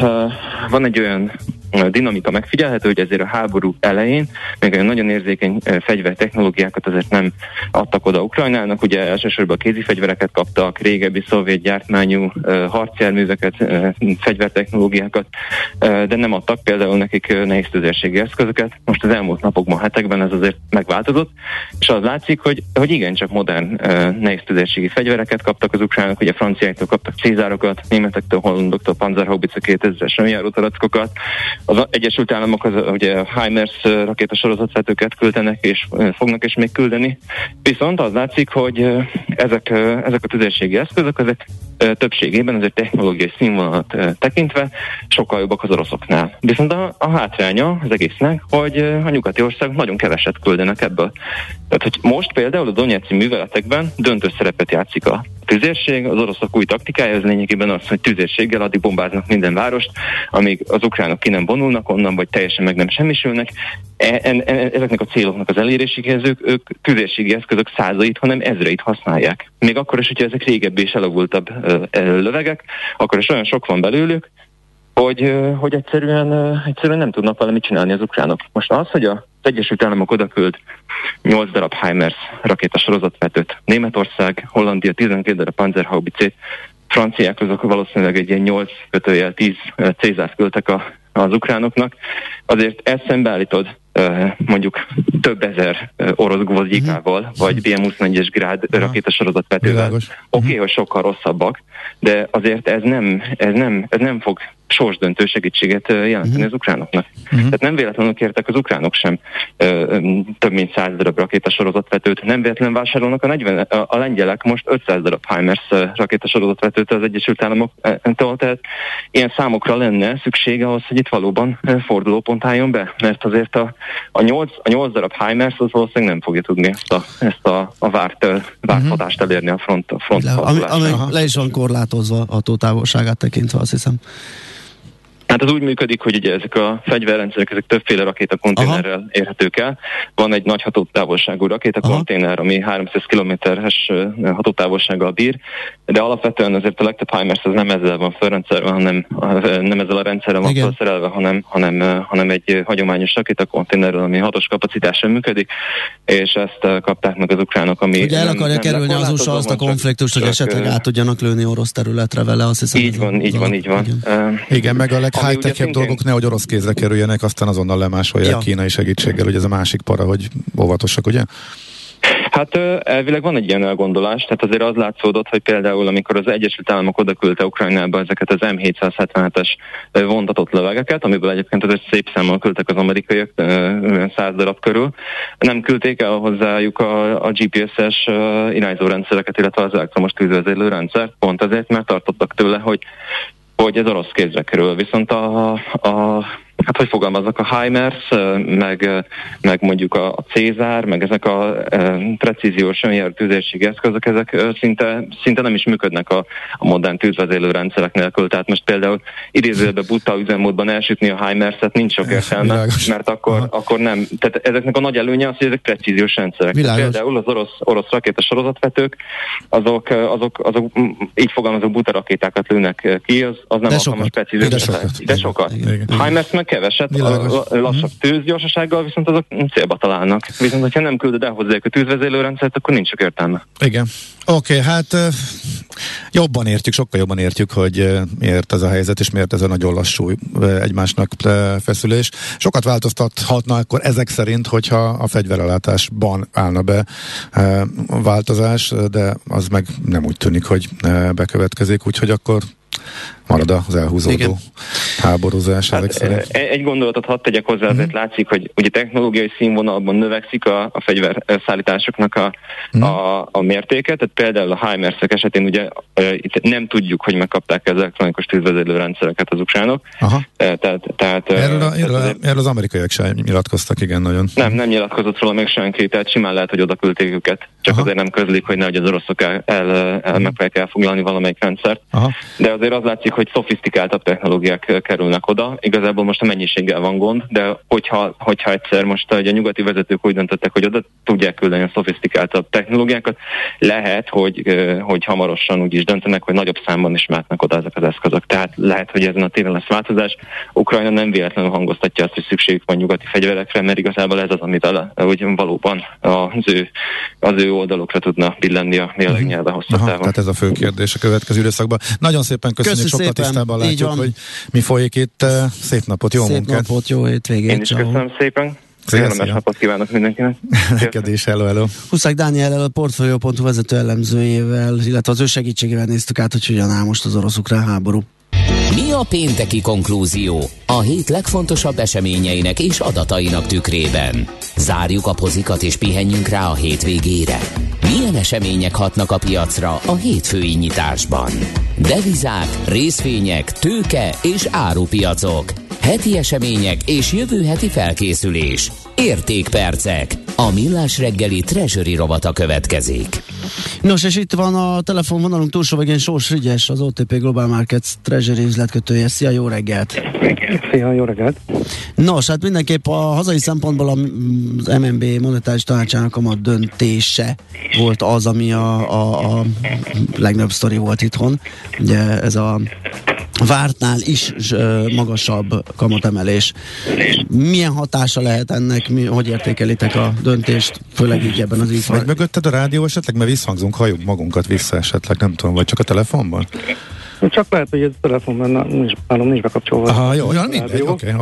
G: van egy olyan dinamika megfigyelhető, hogy ezért a háború elején még olyan nagyon érzékeny fegyvertechnológiákat azért nem adtak oda Ukrajnának, ugye elsősorban a kézifegyvereket kaptak, régebbi szovjet gyártmányú harcjárműveket, fegyvertechnológiákat, de nem adtak például nekik nehéz tüzérségi eszközöket. Most az elmúlt napokban, hetekben ez azért megváltozott, és az látszik, hogy igencsak modern nehéz tüzérségi fegyvereket kaptak az ukránok, ugye a franciáktól kaptak Cézárokat, németektől, hollandoktól Panzerhaubitze 2000-es önjárótarackokat. Az Egyesült Államok ugye a HIMARS rakétasorozatvetőket küldenek, és fognak is még küldeni. Viszont az látszik, hogy ezek a tüzérségi eszközök, ezek többségében azért technológiai színvonalat tekintve sokkal jobbak az oroszoknál. Viszont a hátránya az egésznek, hogy a nyugati országok nagyon keveset küldenek ebből. Tehát, hogy most például a Donetszki műveletekben döntő szerepet játszik a tüzérség, az oroszok új taktikája, ez lényegében az, hogy tüzérséggel addig bombáznak minden várost, amíg az ukránok ki nem vonulnak onnan, vagy teljesen meg nem semmisülnek. Ezeknek a céloknak az eléréséhez ők tüzérségi eszközök százait, hanem ezreit használják. Még akkor is, hogyha ezek régebbi és elavultabb lövegek, akkor is olyan sok van belőlük, hogy egyszerűen nem tudnak valamit csinálni az ukránok. Most az, hogy az Egyesült Államok odaküld 8 darab HIMARS rakétasorozatvetőt, Németország, Hollandia 12 darab Panzerhaubicét, franciák azok valószínűleg egy ilyen 8-10 Cézárt küldtek az ukránoknak, azért ezt szembeállítod mondjuk több ezer orosz gvozdikával, vagy BM-21-es Grád rakétasorozatvetővel. Oké, hogy sokkal rosszabbak, de azért ez nem fog sorsdöntő segítséget jelenteni az ukránoknak. Tehát nem véletlenül kértek az ukránok sem több mint 100 darab rakétasorozatvetőt, nem véletlenül vásárolnak a lengyelek most 500 darab HIMARS rakétasorozatvetőt az Egyesült Államoktól, tehát ilyen számokra lenne szüksége ahhoz, hogy itt valóban fordulópont álljon be, mert azért a 8 darab HIMARS az valószínűleg nem fogja tudni ezt a várt hatást elérni a front
D: ami le is van korlátozva a távolságát tekintve, azt hiszem.
G: Hát az úgy működik, hogy ugye ezek a fegyverrendszerek, ezek többféle rakétakonténerrel érhetők el. Van egy nagy hatótávolságú rakétakonténer, ami 300 km-es hatótávolsággal bír, de alapvetően azért a legtöbb HIMARS az nem ezzel van felrendszerve, nem ezzel a rendszerrel van felszerelve, hanem egy hagyományos rakétakonténerrel, ami 6-os kapacitással működik, és ezt kapták meg az ukránok, ami...
D: Ugye el akarja kerülni az USA azt a konfliktust, hogy esetleg át tudjanak lőni orosz területre vele, azt hiszem.
G: Így van.
E: Igen, meg a high-tech dolgok nehogy orosz kézre kerüljenek, aztán azonnal lemásolják kínai segítséggel, hogy ez a másik para, hogy óvatosak, ugye?
G: Hát elvileg van egy ilyen elgondolás, tehát azért az látszódott, hogy például amikor az Egyesült Államok odaküldte Ukrajnába ezeket az M777-es vontatott lövegeket, amiből egyébként az egy szép számmal küldtek az amerikaiak, 100 darab körül, nem küldték el hozzájuk a GPS-es irányzó rendszereket, illetve az elektromos tűzvezérlő rendszert, pont ezért, mert tartottak tőle, hogy ez orosz kézre kerül. Viszont hát hogy fogalmaznak, a HIMARS, meg mondjuk a Cézár, meg ezek a precíziós önjáró tűzérségi eszközök, ezek szinte nem is működnek a modern tűzvezérlő rendszerek nélkül. Tehát most például idézőjelben buta üzemmódban elsütni a HIMARS-et nincs sok értelme, mert akkor nem. Tehát ezeknek a nagy előnye az, hogy ezek precíziós rendszerek. Például az orosz rakétasorozatvetők, azok így fogalmazok, buta rakétákat lőnek ki, az nem alkalmas precíziós. De sokat. HIMARS meg keveset, lassabb tűzgyorsasággal, viszont azok célba találnak. Viszont, hogyha nem küldöd el hozzájuk a tűzvezérlőrendszert, akkor nincs sok értelme.
E: Igen. Oké, hát sokkal jobban értjük, hogy miért ez a helyzet, és miért ez a nagyon lassú egymásnak feszülés. Sokat változtathatna akkor ezek szerint, hogyha a fegyverellátásban állna be változás, de az meg nem úgy tűnik, hogy bekövetkezik, úgyhogy akkor marad az elhúzódó háborúzás. Hát,
G: egy gondolatot hadd tegyek hozzá, azért látszik, hogy ugye technológiai színvonalban növekszik a fegyverszállításoknak a mértéke, tehát például a HIMARS-ek esetén ugye itt nem tudjuk, hogy megkapták az elektronikus tűzvezérlő rendszereket az ukránok.
E: Erről az amerikaiak sem nyilatkoztak, igen, nagyon.
G: Nem nyilatkozott róla még senki, tehát simán lehet, hogy oda küldték őket, csak azért nem közlik, hogy nehogy az oroszok megpróbálják elfoglalni valamelyik rendszert. De azért az látszik, hogy szofisztikáltabb technológiák kerülnek oda. Igazából most a mennyiséggel van gond, de hogyha egyszer most a nyugati vezetők úgy döntöttek, hogy oda tudják küldeni a szofisztikáltabb technológiákat, lehet, hogy hamarosan úgy is döntenek, hogy nagyobb számban is mehetnek oda ezek az eszközök. Tehát lehet, hogy ezen a téren lesz változás. Ukrajna nem véletlenül hangoztatja azt, hogy szükségük van nyugati fegyverekre, mert igazából ez az, amit valóban az ő oldalukra tudna billenni a mérlegnyelve hosszabb távon.
E: Tehát ez a fő kérdés a következő időszakban. Nagyon szépen köszönjük, sokkal tisztában látjuk, hogy mi folyik itt. Szép napot, jó munkát!
D: Szép napot, jó hétvégét!
G: Én is köszönöm szépen! Kellemes napot kívánok mindenkinek!
E: Neked is, hello!
G: Huszák
D: Dániellel, a Portfolio.hu vezető elemzőjével, illetve az ő segítségével néztük át, hogy hogyan áll most az orosz-ukrán háború.
A: Mi a pénteki konklúzió a hét legfontosabb eseményeinek és adatainak tükrében? Zárjuk a pozikat és pihenjünk rá a hétvégére. Milyen események hatnak a piacra a hétfői nyitásban? Devizák, részvények, tőke és árupiacok. Heti események és jövő heti felkészülés. Értékpercek. A Millás reggeli Treasury rovata következik.
D: Nos, és itt van a telefonvonalunk túlsó végén Sós Frigyes, az OTP Global Markets Treasury üzletkötője. Szia, jó reggelt!
H: Szia, jó reggelt!
D: Nos, hát mindenképp a hazai szempontból az MNB monetáris tanácsának a döntése volt az, ami a legnagyobb sztori volt itthon. Ugye ez a vártnál is magasabb kamatemelés. Milyen hatása lehet ennek? Hogy értékelitek a döntést, főleg így ebben az
E: Vagy mögötted a rádió esetleg, mert visszhangzunk, halljuk magunkat vissza esetleg, nem tudom, vagy csak a telefonban?
H: Csak lehet, hogy ez a telefonban nincs bekapcsolva.
E: Aha, jó, mindegy, oké.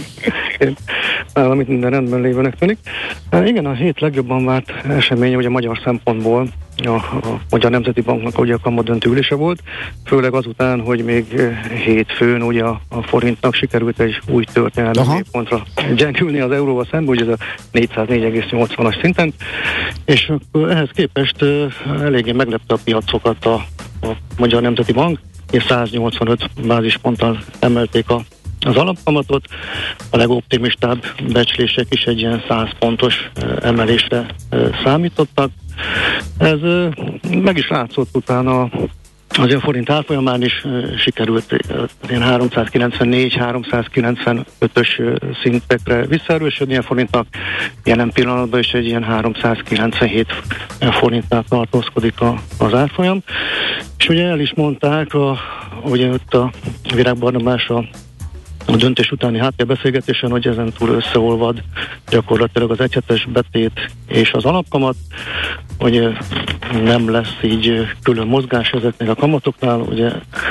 H: Nálam itt minden rendben lévőnek tűnik. Igen, a hét legjobban várt esemény ugye magyar szempontból a Magyar Nemzeti Banknak ugye a kamatdöntő ülése volt, főleg azután, hogy még hétfőn ugye a forintnak sikerült egy új történelmi mélypontra gyengülni az euróval szemben, ugye ez a 404,80-as szinten, és ehhez képest eléggé meglepte a piacokat a Magyar Nemzeti Bank, és 185 bázisponttal emelték az alapkamatot, a legoptimistább becslések is egy ilyen 100 pontos emelésre számítottak. Ez meg is látszott utána azért a forint árfolyamán is sikerült ilyen 394-395-ös szintekre visszaerősödni a forintnak. Jelen pillanatban is egy ilyen 397 forintnál tartózkodik az árfolyam. És ugye el is mondták, ugye ott a Virág Barnabás a döntés utáni háttérbeszélgetésen, hogy ezen túl összeolvad gyakorlatilag az egyhetes betét és az alapkamat, hogy nem lesz így külön mozgás ezeknél a kamatoknál. Ugye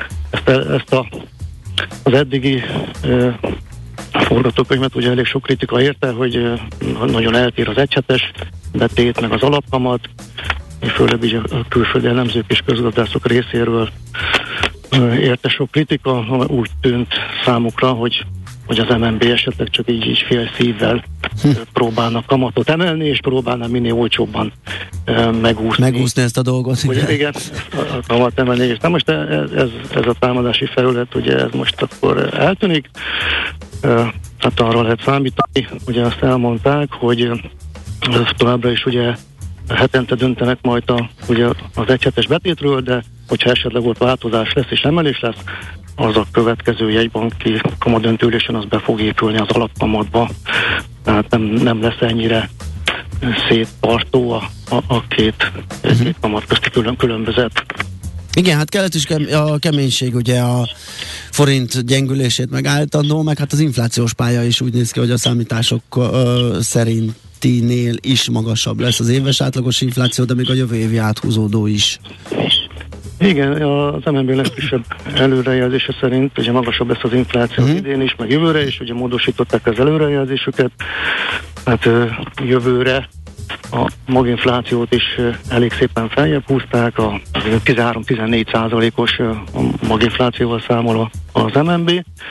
H: az eddigi forgatókönyvet ugye elég sok kritika érte, hogy nagyon eltér az egyhetes betét, meg az alapkamat, főleg így a külföldi elemzők és közgazdászok részéről érte sok kritika. Úgy tűnt számukra, hogy az MNB esetleg csak így fél szívvel próbálnak kamatot emelni, és próbálna minél olcsóbban megúszni
D: ezt a dolgot.
H: Igen, a kamat emelni. Na most ez a támadási felület, ugye ez most akkor eltűnik. Hát arra lehet számítani, ugye azt elmondták, hogy továbbra is ugye hetente döntenek majd ugye az egyhetes betétről, de hogyha esetleg volt változás lesz és emelés lesz, az a következő jegybanki kamadöntőülésen az be fog épülni az alapkamatba. Tehát nem lesz ennyire széttartó a két kamat közti különbözet.
D: Igen, hát kellett is a keménység, ugye a forint gyengülését megállítandó, meg hát az inflációs pálya is úgy néz ki, hogy a számítások szerintinél is magasabb lesz az éves átlagos infláció, de még a jövő évi áthúzódó is.
H: Igen, az MNB legfrissebb előrejelzése szerint ugye magasabb lesz az infláció idén is, meg jövőre is, ugye módosították az előrejelzésüket, hát jövőre a maginflációt is elég szépen feljebb húzták, a 13-14%-os maginflációval számol az MNB,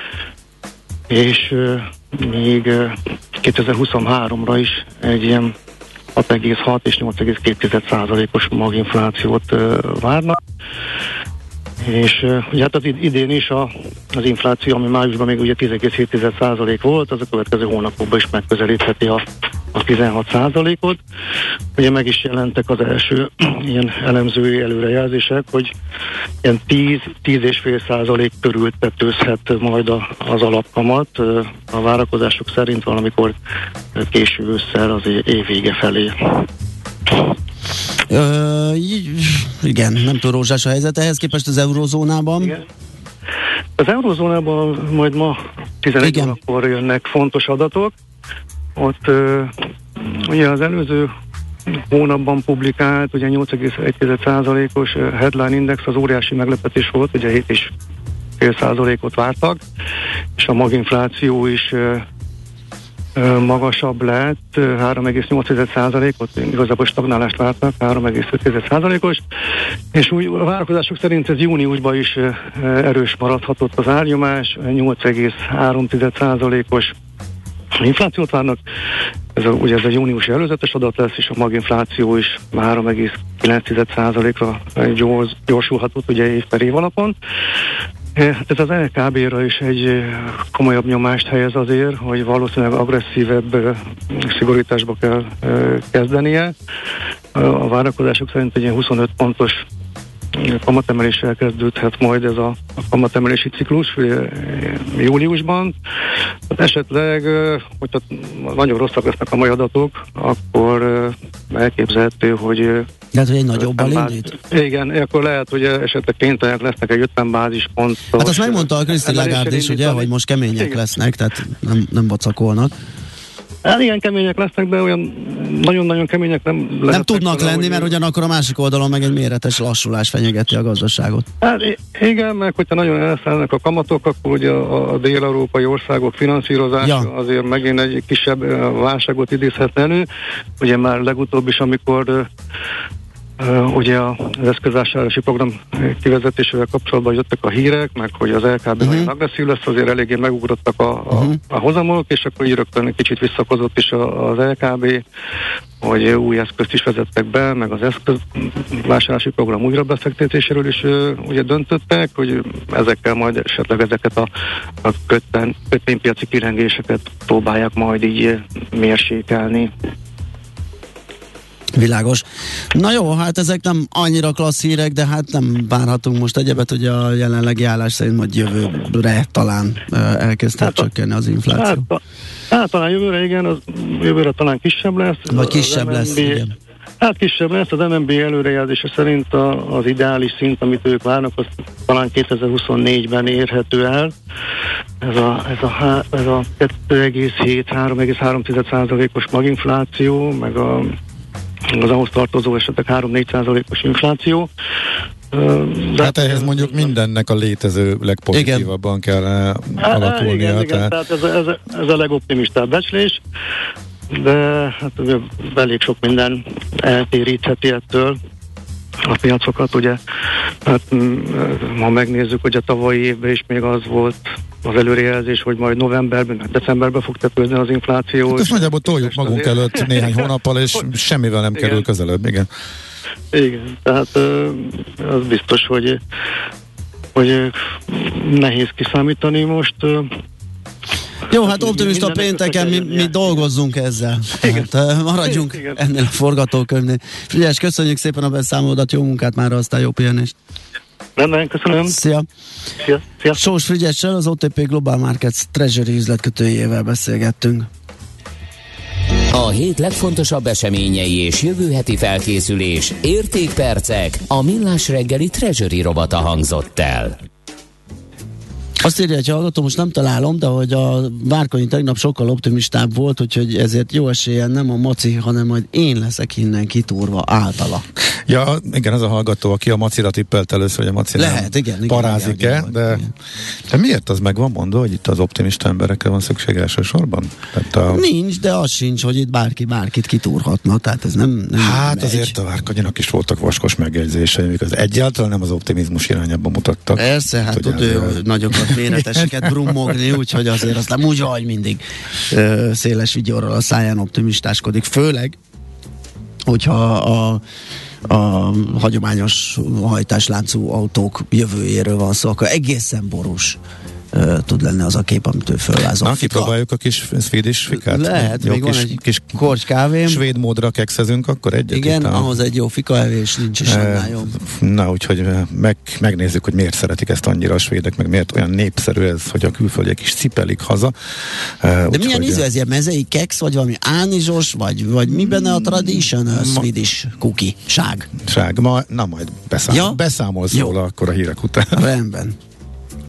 H: és még 2023-ra is egy ilyen 6,6 és 8,2%-os maginflációt várnak. És ugye hát az idén is az infláció, ami májusban még ugye 10,7% volt, az a következő hónapokban is megközelítheti a 16%-ot. Ugye meg is jelentek az első ilyen elemzői előrejelzések, hogy ilyen 10,5% körül tetőzhet majd az alapkamat. A várakozások szerint valamikor késő ősszel az év vége felé.
D: Igen, nem túl rózsás a helyzet. Ehhez képest az eurózónában?
H: Igen. Az eurózónában majd ma 11 órakor jönnek fontos adatok. Ott ugye az előző hónapban publikált, ugye 8,1%-os headline index az óriási meglepetés volt, ugye 7,5%-ot vártak, és a maginfláció is magasabb lett, 3,8%-ot, igazából stagnálást vártak, 3,5%-os, és úgy a várakozások szerint ez júniusban is erős maradhatott az árnyomás, 8,3%-os inflációt várnak, ugye ez a júniusi előzetes adat lesz, és a maginfláció is 3,9%-ra gyorsulhatott ugye év per év alapon. Hát ez az LKB-ra is egy komolyabb nyomást helyez azért, hogy valószínűleg agresszívebb szigorításba kell kezdenie. A várakozások szerint egy ilyen 25 pontos kamatemeléssel kezdődhet majd ez a kamatemelési ciklus júliusban. Hát esetleg, hogyha nagyon rosszak lesznek a mai adatok, akkor elképzelhető, hogy
D: lehet, hogy egy nagyobban indít?
H: Igen, akkor lehet, hogy esetleg péntek lesznek egy 50 bázispontos.
D: Hát azt megmondta a Christine Lagarde is, ugye, hogy most kemények lesznek, tehát nem vacakolnak.
H: Hát igen, kemények lesznek, de olyan nagyon-nagyon kemények nem lehetnek.
D: Nem tudnak lenni, mert ugyanakkor a másik oldalon meg egy méretes lassulás fenyegeti a gazdaságot.
H: Hát igen, meg hogyha nagyon elszállnak a kamatok, akkor ugye a dél-európai országok finanszírozása azért megint egy kisebb válságot idézhet elő. Ugye már legutóbb is, amikor ugye az eszközvásárlási program kivezetésével kapcsolatban jöttek a hírek, meg hogy az LKB nagyon agresszív lesz, azért eléggé megugrottak a hozamok, és akkor így rögtön egy kicsit visszakozott is az LKB, hogy új eszközt is vezettek be, meg az eszközvásárlási program újra befektetéséről is ugye döntöttek, hogy ezekkel majd esetleg ezeket a kötvénypiaci kilengéseket próbálják majd így mérsékelni.
D: Világos. Na jó, hát ezek nem annyira klassz hírek, de hát nem várhatunk most egyebet, hogy a jelenlegi állás szerint majd jövőre talán elkezdhet csökkenni az infláció.
H: Hát talán jövőre igen, az jövőre talán kisebb lesz.
D: Vagy kisebb lesz, igen.
H: Hát kisebb lesz, az MNB előrejelzése szerint az ideális szint, amit ők várnak, az talán 2024-ben érhető el. Ez a 2,7-3,3%-os maginfláció, meg az ahhoz tartozó esetek 3-4%-os infláció.
E: Hát ehhez mondjuk mindennek a létező legpozitívabban kell alakulnia.
H: Igen, tehát ez a legoptimistább becslés, de hát elég sok minden eltérítheti ettől a piacokat, ugye. Hát ha megnézzük, hogy a tavalyi évben is még az volt az előrejelzés, hogy majd novemberben, decemberben fog tepőzni az infláció.
E: Hát ezt nagyjából toljuk magunk előtt néhány hónappal, és semmivel nem kerül közelebb, igen.
H: Igen, tehát az biztos, hogy nehéz kiszámítani most.
D: Jó, hát optimista pénteken mi dolgozzunk ezzel. Hát, maradjunk ennél a forgatókönyvnél. Frigyes, köszönjük szépen a beszámolódat, jó munkát már, aztán jó pihenést.
H: Rendben, köszönöm.
D: Szia. Sós Frigyessel, az OTP Global Markets Treasury üzletkötőjével beszélgettünk.
A: A hét legfontosabb eseményei és jövő heti felkészülés, értékpercek, a Millás reggeli Treasury rovata hangzott el.
D: Azt írja, hogy hallgatom, most nem találom, de hogy a Várkonyi tegnap sokkal optimistább volt, úgyhogy ezért jó esélyen nem a Maci, hanem majd én leszek innen kitúrva általa.
E: Ja, igen, az a hallgató, aki a Macira tippelt először, hogy a Maci
D: lehet, igen,
E: parázik-e, de miért az meg van mondva, hogy itt az optimista emberekre van szükség elsősorban?
D: Nincs, de az sincs, hogy itt bárkit kitúrhatna, tehát ez nem
E: hát
D: megy.
E: Azért a Várkonyinak is voltak vaskos megjegyzései, amik az egyáltalán nem az optimizmus irányába mutattak.
D: Persze, hát tud ő nagyokat méreteseket brummogni, úgyhogy azért aztán úgy vagy mindig széles vigyorral a száján optimistáskodik, főleg, hogyha a hagyományos hajtásláncú autók jövőjéről van szó, akkor egészen borús tud lenni az a kép, amit ő fölvázol.
E: Na, kipróbáljuk a kis Swedish fikát?
D: Lehet, jó, még van egy korty kávém.
E: Svéd módra kekszezünk, akkor egyet.
D: Igen, ahhoz egy jó fikaevés nincs is annál jobb.
E: Na, úgyhogy megnézzük, hogy miért szeretik ezt annyira a svédek, meg miért olyan népszerű ez, hogy a külföldiek is cipelik haza.
D: De milyen ízű ez, ilyen mezei keksz, vagy valami ánizsos, vagy mi benne a traditional Swedish cookie? Ság.
E: Majd beszámolsz róla akkor a hírek után.
D: Rendben.